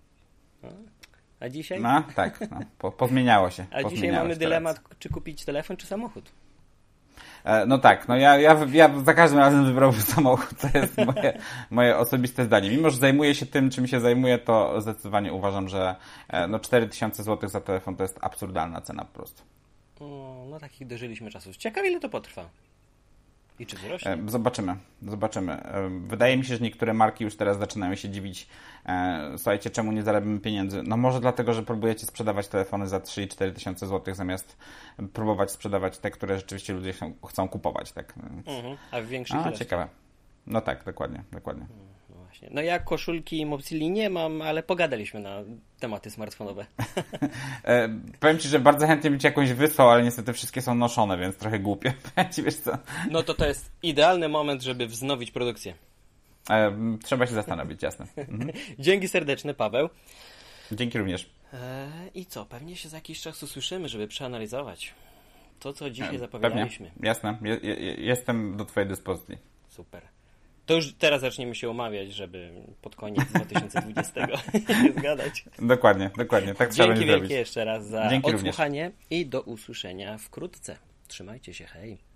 A: A dzisiaj?
B: No, tak, no, pozmieniało się.
A: A dzisiaj mamy dylemat, czy kupić telefon, czy samochód.
B: No tak, no ja za każdym razem wybrałbym samochód, to jest moje osobiste zdanie. Mimo, że zajmuję się tym, czym się zajmuję, to zdecydowanie uważam, że no 4000 zł za telefon to jest absurdalna cena po prostu.
A: No takich dożyliśmy czasów. Ciekawe, ile to potrwa. I czy wzrośnie?
B: Zobaczymy. Wydaje mi się, że niektóre marki już teraz zaczynają się dziwić. Słuchajcie, czemu nie zarabiamy pieniędzy? No może dlatego, że próbujecie sprzedawać telefony za 3 i 4 tysiące złotych, zamiast próbować sprzedawać te, które rzeczywiście ludzie chcą kupować. Tak?
A: A w większych ilościach.
B: Ciekawe. No tak, dokładnie.
A: No właśnie. No ja koszulki Mozilli nie mam, ale pogadaliśmy na tematy smartfonowe.
B: Powiem Ci, że bardzo chętnie bym Ci jakąś wysłał, ale niestety wszystkie są noszone, więc trochę głupie. Wiesz co?
A: No to jest idealny moment, żeby wznowić produkcję.
B: Trzeba się zastanowić, jasne.
A: Dzięki serdeczne, Paweł.
B: Dzięki również.
A: I co? Pewnie się za jakiś czas usłyszymy, żeby przeanalizować to, co dzisiaj zapowiadaliśmy.
B: Pewnie. Jasne. Jestem do Twojej dyspozycji.
A: Super. To już teraz zaczniemy się umawiać, żeby pod koniec 2020 nie zgadać.
B: Dokładnie. Tak trzeba będzie zrobić.
A: Dzięki wielkie jeszcze raz za
B: Dzięki
A: odsłuchanie również. I do usłyszenia wkrótce. Trzymajcie się, hej.